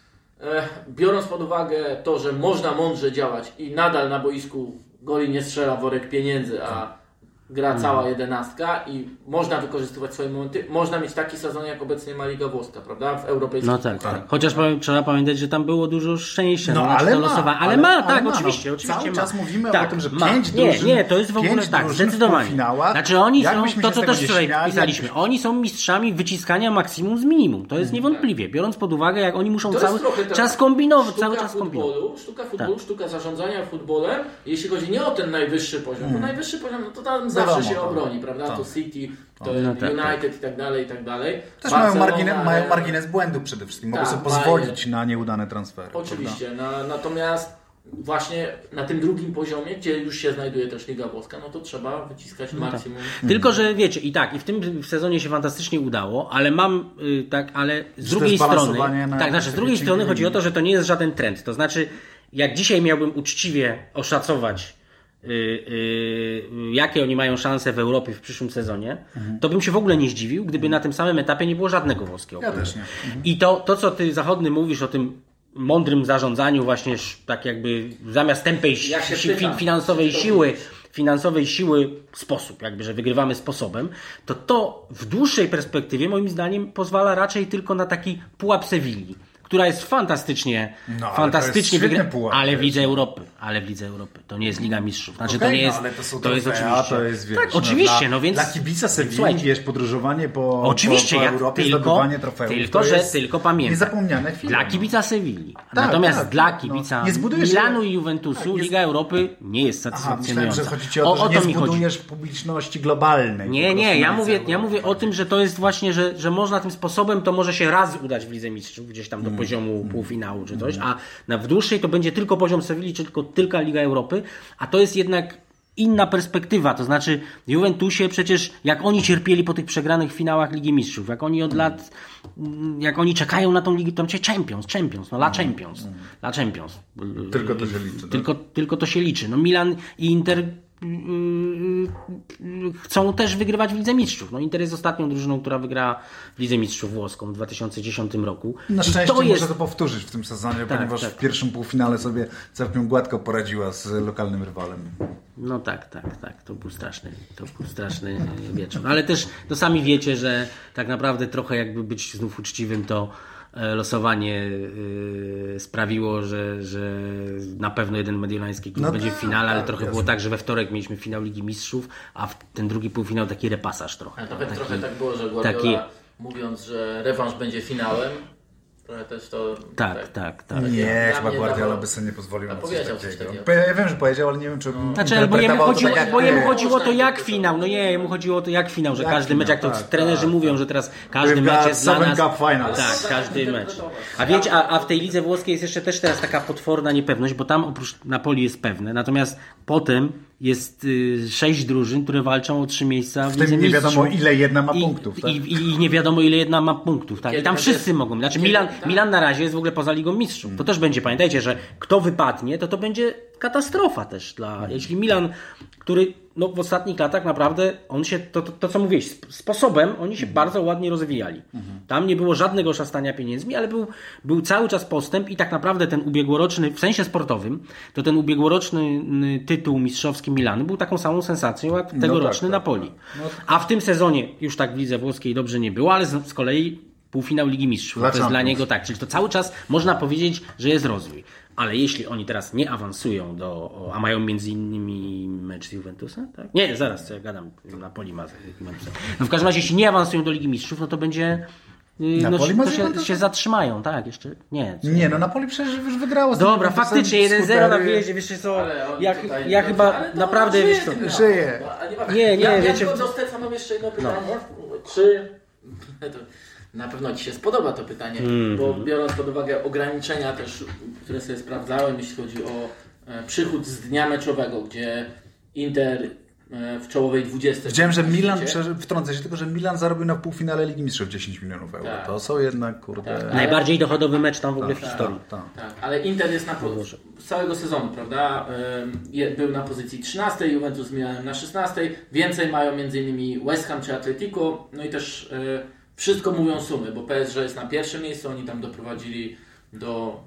biorąc pod uwagę to, że można mądrze działać i nadal na boisku goli nie strzela worek pieniędzy, a gra cała jedenastka i można wykorzystywać swoje momenty, można mieć taki sezon, jak obecnie ma Liga Włoska, prawda? W europejskim. No tak. Chociaż trzeba pamiętać, że tam było dużo szczęścia. Ale ma. Oczywiście cały czas mówimy o tym, że 5 drużyn... Nie, to jest w ogóle tak, zdecydowanie. Znaczy oni są, to co też wczoraj pisaliśmy, oni są mistrzami wyciskania maksimum z minimum. To jest niewątpliwie. Biorąc pod uwagę, jak oni muszą cały czas kombinować. Sztuka futbolu, sztuka zarządzania futbolem, jeśli chodzi nie o ten najwyższy poziom, bo najwyższy poziom, no to tam zawsze się obroni, prawda? To City, to United i tak dalej. Też mają margines błędu przede wszystkim. Mogą sobie pozwolić na nieudane transfery. Oczywiście. Natomiast właśnie na tym drugim poziomie, gdzie już się znajduje też Liga Włoska, no to trzeba wyciskać maksimum. Tylko, że wiecie, i w tym sezonie się fantastycznie udało, ale ale z drugiej strony, z drugiej strony chodzi o to, że to nie jest żaden trend. To znaczy, jak dzisiaj miałbym uczciwie oszacować jakie oni mają szanse w Europie w przyszłym sezonie, to bym się w ogóle nie zdziwił, gdyby na tym samym etapie nie było żadnego włoskiego. Ja też nie. I to, co ty zachodny mówisz o tym mądrym zarządzaniu, właśnie tak jakby zamiast tępej finansowej siły sposób, jakby, że wygrywamy sposobem, to w dłuższej perspektywie moim zdaniem pozwala raczej tylko na taki pułap Sewilli, która jest fantastycznie wygrana, ale w Lidze Europy. To nie jest Liga Mistrzów. Znaczy to nie jest, ale to są to jest trofea, oczywiście. To jest, wiesz, tak, oczywiście, więc dla kibica Sewilli, wiesz, podróżowanie po Europie, zdobywanie trofeów. Tylko pamiętaj. Niezapomniane chwile. Dla kibica Sewilli. Natomiast dla kibica Milanu i Juventusu Liga Europy nie jest satysfakcjonująca. Myślałem, że chodzi ci o to, że nie zbudujesz publiczności globalnej. Nie, ja mówię o tym, że to jest właśnie, że można tym sposobem, to może się raz udać w Lidze Mistrzów, gdzieś tam do poziomu półfinału czy coś, a w dłuższej to będzie tylko poziom Sewilli, czy tylko Liga Europy, a to jest jednak inna perspektywa, to znaczy w Juventusie przecież jak oni cierpieli po tych przegranych finałach Ligi Mistrzów, jak oni od lat, jak oni czekają na tą ligę, to Champions, La Champions. Tylko to się liczy. Tylko to się liczy. No Milan i Inter chcą też wygrywać w Lidze Mistrzów. No Inter jest ostatnią drużyną, która wygrała w Lidze Mistrzów włoską w 2010 roku. Na szczęście może to powtórzyć w tym sezonie, ponieważ w pierwszym półfinale sobie całkiem gładko poradziła z lokalnym rywalem. No tak. To był straszny wieczór. Ale też to sami wiecie, że tak naprawdę trochę jakby być znów uczciwym, to losowanie sprawiło, że na pewno jeden mediolański klub będzie w finale, ale trochę było tak, że we wtorek mieliśmy finał Ligi Mistrzów, a w ten drugi półfinał taki repasaż trochę. Trochę tak było, że Guardiola mówiąc, że rewanż będzie finałem, trochę też to... Tak. Nie, chyba Guardiola by sobie nie pozwolił na coś takiego. Ja wiem, że powiedział, ale nie wiem, czy... Bo jemu chodziło o to jak finał. No nie, jemu chodziło o to jak finał, że każdy mecz, jak to trenerzy mówią, że teraz każdy mecz jest dla nas... Tak, każdy mecz. A wiecie, a w tej lidze włoskiej jest jeszcze też teraz taka potworna niepewność, bo tam oprócz Napoli jest pewne, natomiast potem jest 6 drużyn, które walczą o 3 miejsca w Lidze nie wiadomo ile jedna ma punktów. Tak? I nie wiadomo ile jedna ma punktów. Tak? I tam wszyscy mogą. Znaczy Milan na razie jest w ogóle poza Ligą Mistrzów. To też będzie, pamiętajcie, że kto wypadnie, to będzie katastrofa też jeśli Milan, który w ostatnich latach naprawdę on się, to co mówiłeś, sposobem oni się bardzo ładnie rozwijali. Tam nie było żadnego szastania pieniędzmi, ale był cały czas postęp i tak naprawdę ten ubiegłoroczny, w sensie sportowym, to ten ubiegłoroczny tytuł mistrzowski Milanu był taką samą sensacją jak tegoroczny Napoli. A w tym sezonie już tak w lidze włoskiej dobrze nie było, ale z kolei półfinał Ligi Mistrzów. To jest dla niego tak. Czyli to cały czas można powiedzieć, że jest rozwój. Ale jeśli oni teraz nie awansują a mają między innymi mecz z Juventusem, tak? Nie, zaraz, co ja gadam, Napoli ma no w każdym razie, jeśli nie awansują do Ligi Mistrzów, no to będzie... to się zatrzymają, tak, jeszcze nie. Nie, Napoli przecież już wygrało. Dobra, faktycznie 1-0 na wyjeździe, wiesz co, ja chyba naprawdę, wiesz co... Żyję. Nie, wiecie... Ja tylko mam jeszcze jedno pytanie. Czy... Na pewno Ci się spodoba to pytanie, bo biorąc pod uwagę ograniczenia też, które sobie sprawdzałem, jeśli chodzi o przychód z dnia meczowego, gdzie Inter w czołowej 20. Widziałem, że Milan, wtrącę się tylko, że Milan zarobił na półfinale Ligi Mistrzów 10 milionów euro. Tak. To są jednak, najbardziej dochodowy mecz tam w ogóle w historii. Tak, ale Inter jest z całego sezonu, prawda? Był na pozycji 13, Juventus z Milanem na 16. Więcej mają m.in. West Ham czy Atletico, no i też... Wszystko mówią sumy, bo PSG jest na pierwszym miejscu, oni tam doprowadzili do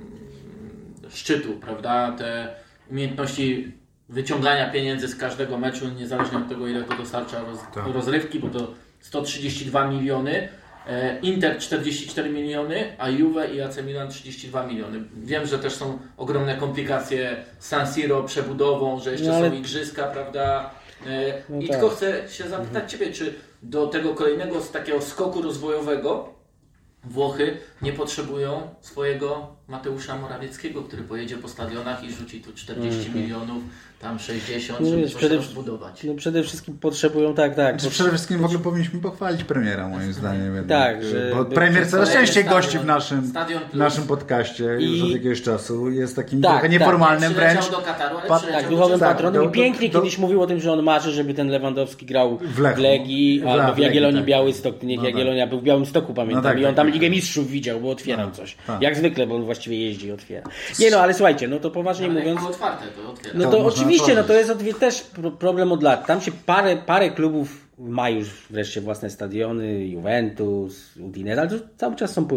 szczytu, prawda? Te umiejętności wyciągania pieniędzy z każdego meczu, niezależnie od tego, ile to dostarcza rozrywki, bo to 132 miliony, Inter 44 miliony, a Juve i AC Milan 32 miliony. Wiem, że też są ogromne komplikacje z San Siro, przebudową, że jeszcze są igrzyska, prawda? I tylko chcę się zapytać Ciebie, czy do tego kolejnego takiego skoku rozwojowego Włochy nie potrzebują swojego Mateusza Morawieckiego, który pojedzie po stadionach i rzuci tu 40 milionów, tam 60, żeby coś rozbudować. No przede wszystkim potrzebują, tak. Przede wszystkim w ogóle powinniśmy pochwalić premiera, moim zdaniem. Tak, bo premier coraz częściej gości w naszym podcaście już od jakiegoś czasu. Jest takim trochę nieformalnym wręcz. Do Kataru, ale duchowym patronem i pięknie kiedyś mówił o tym, że on marzy, żeby ten Lewandowski grał w Legii albo w Jagiellonii Białystok. Niech Jagiellonia był w Białymstoku, pamiętam. I on tam Ligę Mistrzów widział, bo otwierał coś. Jak zwykle, bo on właściwie jeździ i otwiera. Nie ale słuchajcie, to poważnie mówiąc... otwarte to otwiera. No to oczywiście, to jest też problem od lat. Tam się parę klubów ma już wreszcie własne stadiony, Juventus, Udinese, ale to cały czas są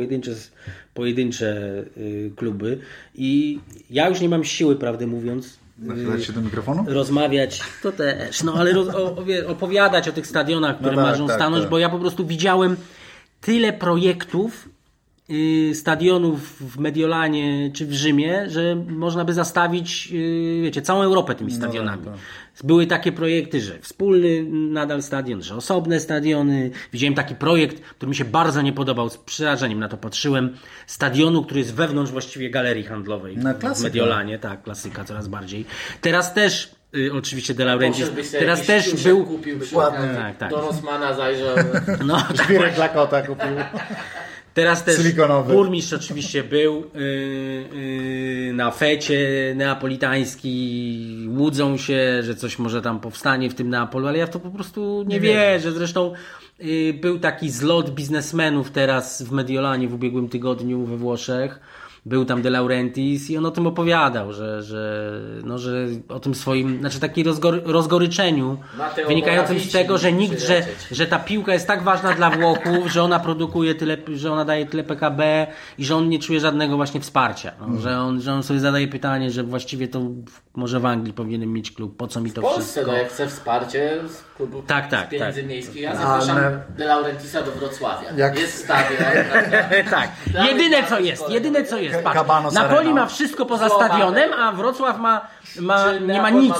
pojedyncze kluby i ja już nie mam siły, prawdę mówiąc, nachylać się do mikrofonu? Rozmawiać, to też, ale opowiadać o tych stadionach, które marzą stanąć, bo ja po prostu widziałem tyle projektów stadionów w Mediolanie czy w Rzymie, że można by zastawić, wiecie, całą Europę tymi stadionami. No, były takie projekty, że wspólny nadal stadion, że osobne stadiony. Widziałem taki projekt, który mi się bardzo nie podobał, z przerażeniem na to patrzyłem, stadionu, który jest wewnątrz właściwie galerii handlowej w Mediolanie. Tak, klasyka coraz bardziej. Teraz też oczywiście De Laurentiis. Teraz też był... Kupił do Rossmana zajrzał. No, Żwirek dla kota kupił. Teraz też burmistrz oczywiście był na fecie neapolitański, łudzą się, że coś może tam powstanie w tym Neapolu, ale ja w to po prostu nie wierzę. Zresztą był taki zlot biznesmenów teraz w Mediolanie w ubiegłym tygodniu we Włoszech. Był tam De Laurentiis i on o tym opowiadał, że o tym swoim, znaczy takim rozgoryczeniu wynikającym z tego, że że ta piłka jest tak ważna dla Włochów, że ona produkuje tyle, że ona daje tyle PKB i że on nie czuje żadnego właśnie wsparcia. Że on sobie zadaje pytanie, że właściwie to może w Anglii powinienem mieć klub, po co mi to wszystko? W Polsce, jak chce wsparcie z klubów z pieniędzy miejskich. Ja zapraszam De Laurentisa do Wrocławia. Jest stadion. Tak. Jedyne co jest. Patrz, Napoli ma wszystko poza stadionem, a Wrocław nie ma nic.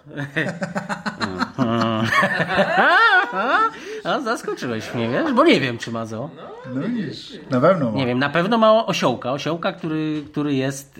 Zaskoczyłeś mnie, wiesz? Bo nie wiem, czy ma zoo. No widzisz, na pewno ma. Nie wiem, na pewno ma osiołka, który jest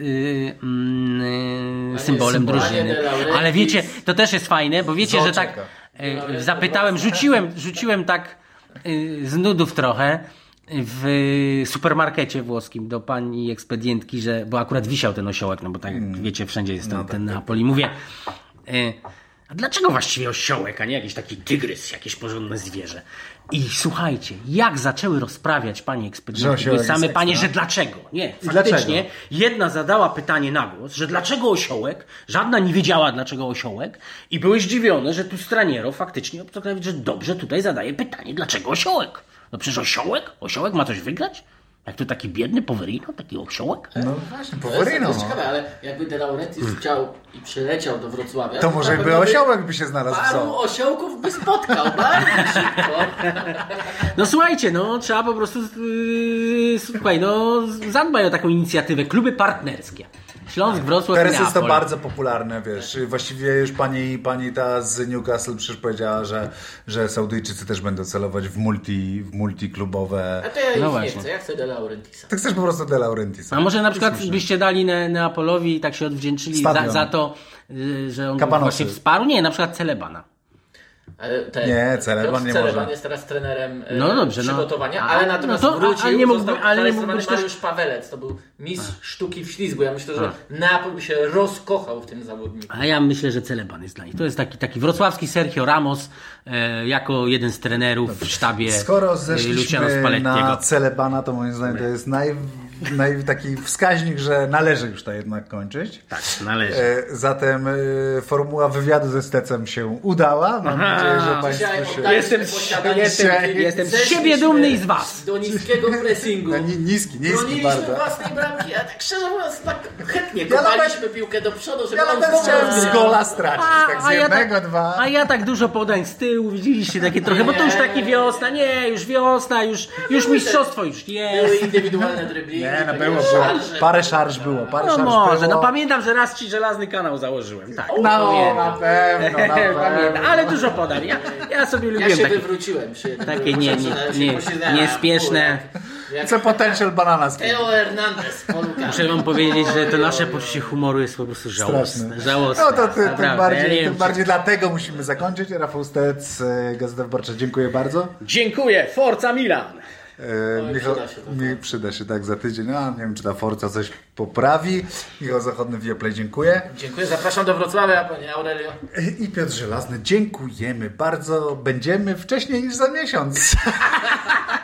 symbolem drużyny. Ale wiecie, to też jest fajne, bo wiecie, że tak zapytałem, rzuciłem tak z nudów trochę w supermarkecie włoskim do pani ekspedientki, bo akurat wisiał ten osiołek, no bo tak wiecie, wszędzie jest ten Neapoli. Mówię, a dlaczego właściwie osiołek, a nie jakiś taki tygrys, jakieś porządne zwierzę? I słuchajcie, jak zaczęły rozprawiać pani ekspedientki, same panie, że dlaczego? Nie, faktycznie jedna zadała pytanie na głos, że dlaczego osiołek, żadna nie wiedziała dlaczego osiołek i były zdziwione, że tu Straniero faktycznie obcokrajowiec, że dobrze tutaj zadaje pytanie, dlaczego osiołek? No przecież osiołek ma coś wygrać? Jak to taki biedny Poverino, taki osiołek? No właśnie, Poverino. To jest ciekawe, ale jakby De Laurentiis chciał i przyleciał do Wrocławia, to może by osiołek by się znalazł. Paru osiołków by spotkał bardzo szybko. No słuchajcie, trzeba po prostu zadbaj o taką inicjatywę. Kluby partnerskie. Śląsk, Wrocław, teraz jest to bardzo popularne, wiesz. Właściwie już pani ta z Newcastle przecież powiedziała, że Saudyjczycy też będą celować w multiklubowe. A to ja nie chcę, ja chcę De Laurentisa. Ty chcesz po prostu De Laurentisa. A może na przykład byście dali Neapolowi i tak się odwdzięczyli za to, że on właśnie wsparł? Nie, na przykład Celebana. Celeban nie Celeban może. jest teraz trenerem przygotowania, ale natomiast wrócił, został Mariusz Pawelec, to był mistrz sztuki w ślizgu. Ja myślę, że Neapol by się rozkochał w tym zawodniku. A ja myślę, że Celeban jest dla nich. To jest taki wrocławski Sergio Ramos jako jeden z trenerów w sztabie Skoro zeszliśmy na Celebana, to moim zdaniem to jest taki wskaźnik, że należy już to jednak kończyć. Tak, należy. Zatem formuła wywiadu ze Stecem się udała. Mam nadzieję, że Państwo się... Jestem z siebie dumny i z Was. Do niskiego pressingu. Niski bardzo. Własnej bramki, a tak szczerze mówiąc, tak chętnie kopaliśmy piłkę do przodu, żeby on chciałem z gola stracić. Tak z jednego, dwa. A ja tak dużo podań z tyłu, widzieliście takie trochę, bo to już taki wiosna, już wiosna, już mistrzostwo już jest. Były indywidualne driblingi. Było. Parę szarż było. Pamiętam, że raz Ci żelazny kanał założyłem. Tak, na pewno. Ale dużo podań. Ja sobie lubiłem takie. Ja się wywróciłem. Takie niespieszne. Co potential banana skin. Teo Hernandez. Muszę Wam powiedzieć, że to nasze poczucie humoru jest po prostu żałosne. No to tym bardziej dlatego musimy zakończyć. Rafał Stec, Gazeta Wyborcza. Dziękuję bardzo. Dziękuję. Forza Milan. Michał, przyda się tak za tydzień. Nie wiem, czy ta Forza coś poprawi. Michał Zachodny, Viaplay, dziękuję. Dziękuję, zapraszam do Wrocławia, panie Aurelio. I Piotr Żelazny, dziękujemy bardzo. Będziemy wcześniej niż za miesiąc.